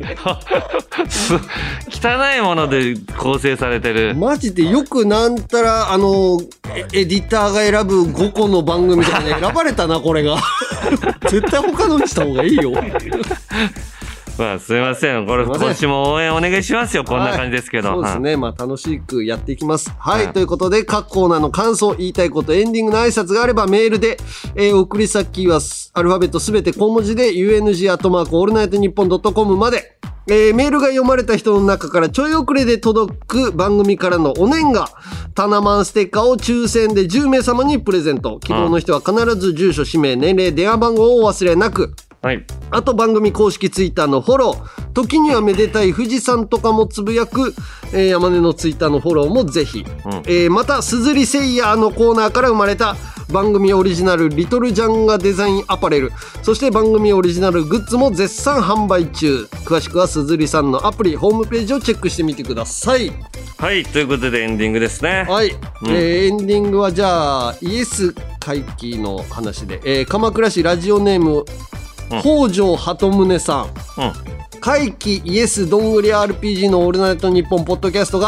汚いもので構成されてる。
マジでよくなんたら、あの、エディターが選ぶごこの番組とかね、選ばれたな、これが。絶対他のにした方がいいよ。
まあすいません、これ今週も応援お願いしますよ。こんな感じですけど、
はい、そうですね、まあ楽しくやっていきます。はい、はい、ということで各コーナーの感想、言いたいこと、エンディングの挨拶があればメールで、えー、送り先はアルファベットすべて小文字で ユーエヌジー アットマークオールナイトニッポンドットコムまで、えー、メールが読まれた人の中からちょい遅れで届く番組からのお年賀タナマンステッカーを抽選でじゅうめい様にプレゼント。希望の人は必ず住所、氏名、年齢、電話番号をお忘れなく。
はい、
あと番組公式ツイッターのフォロー、時にはめでたい富士山とかもつぶやく、えー、山根のツイッターのフォローもぜひ、うん、えー、またすずりセイヤーのコーナーから生まれた番組オリジナルリトルジャンガデザインアパレル、そして番組オリジナルグッズも絶賛販売中。詳しくはすずりさんのアプリホームページをチェックしてみてください。
はい、ということでエンディングですね。
はい、うん、えー、エンディングはじゃあイエス回帰の話で、えー、鎌倉市ラジオネーム北条鳩宗さん、うん、怪奇イエスどんぐり アールピージー のオールナイトニッポンポッドキャストが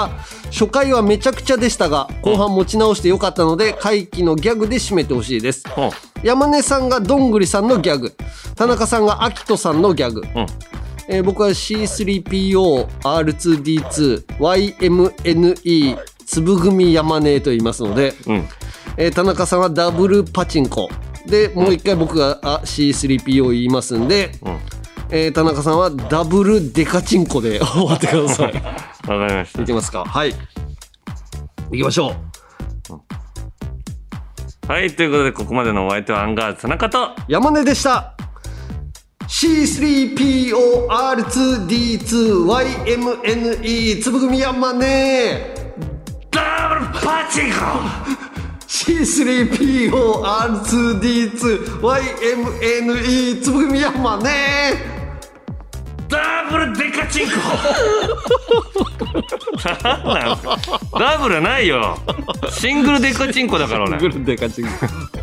初回はめちゃくちゃでしたが後半持ち直してよかったので怪奇のギャグで締めてほしいです。山根さんがどんぐりさんのギャグ、田中さんがアキトさんのギャグ、うんえー、僕は シースリーピーオーアールツーディーツーワイエムエヌイー 粒組山根と言いますので、うんえー、田中さんはダブルパチンコでもう一回僕が シースリーピーオー 言いますんで、うんえー、田中さんはダブルデカチンコで終わってください。
わかりました。
いきますか。はい行きましょう、うん
はいということでここまでのお相手はアンガールズ田中と
山根でした。 シースリーピーオーアールツーディーツーワイエムエヌイー 粒組山根
ダブルパチンコ
シースリーピーオーアールツーディーツーワイエムエヌイー 粒組山根
ダブルデカチンコダブルないよシングルデカチンコだから俺
シングルデカチンコ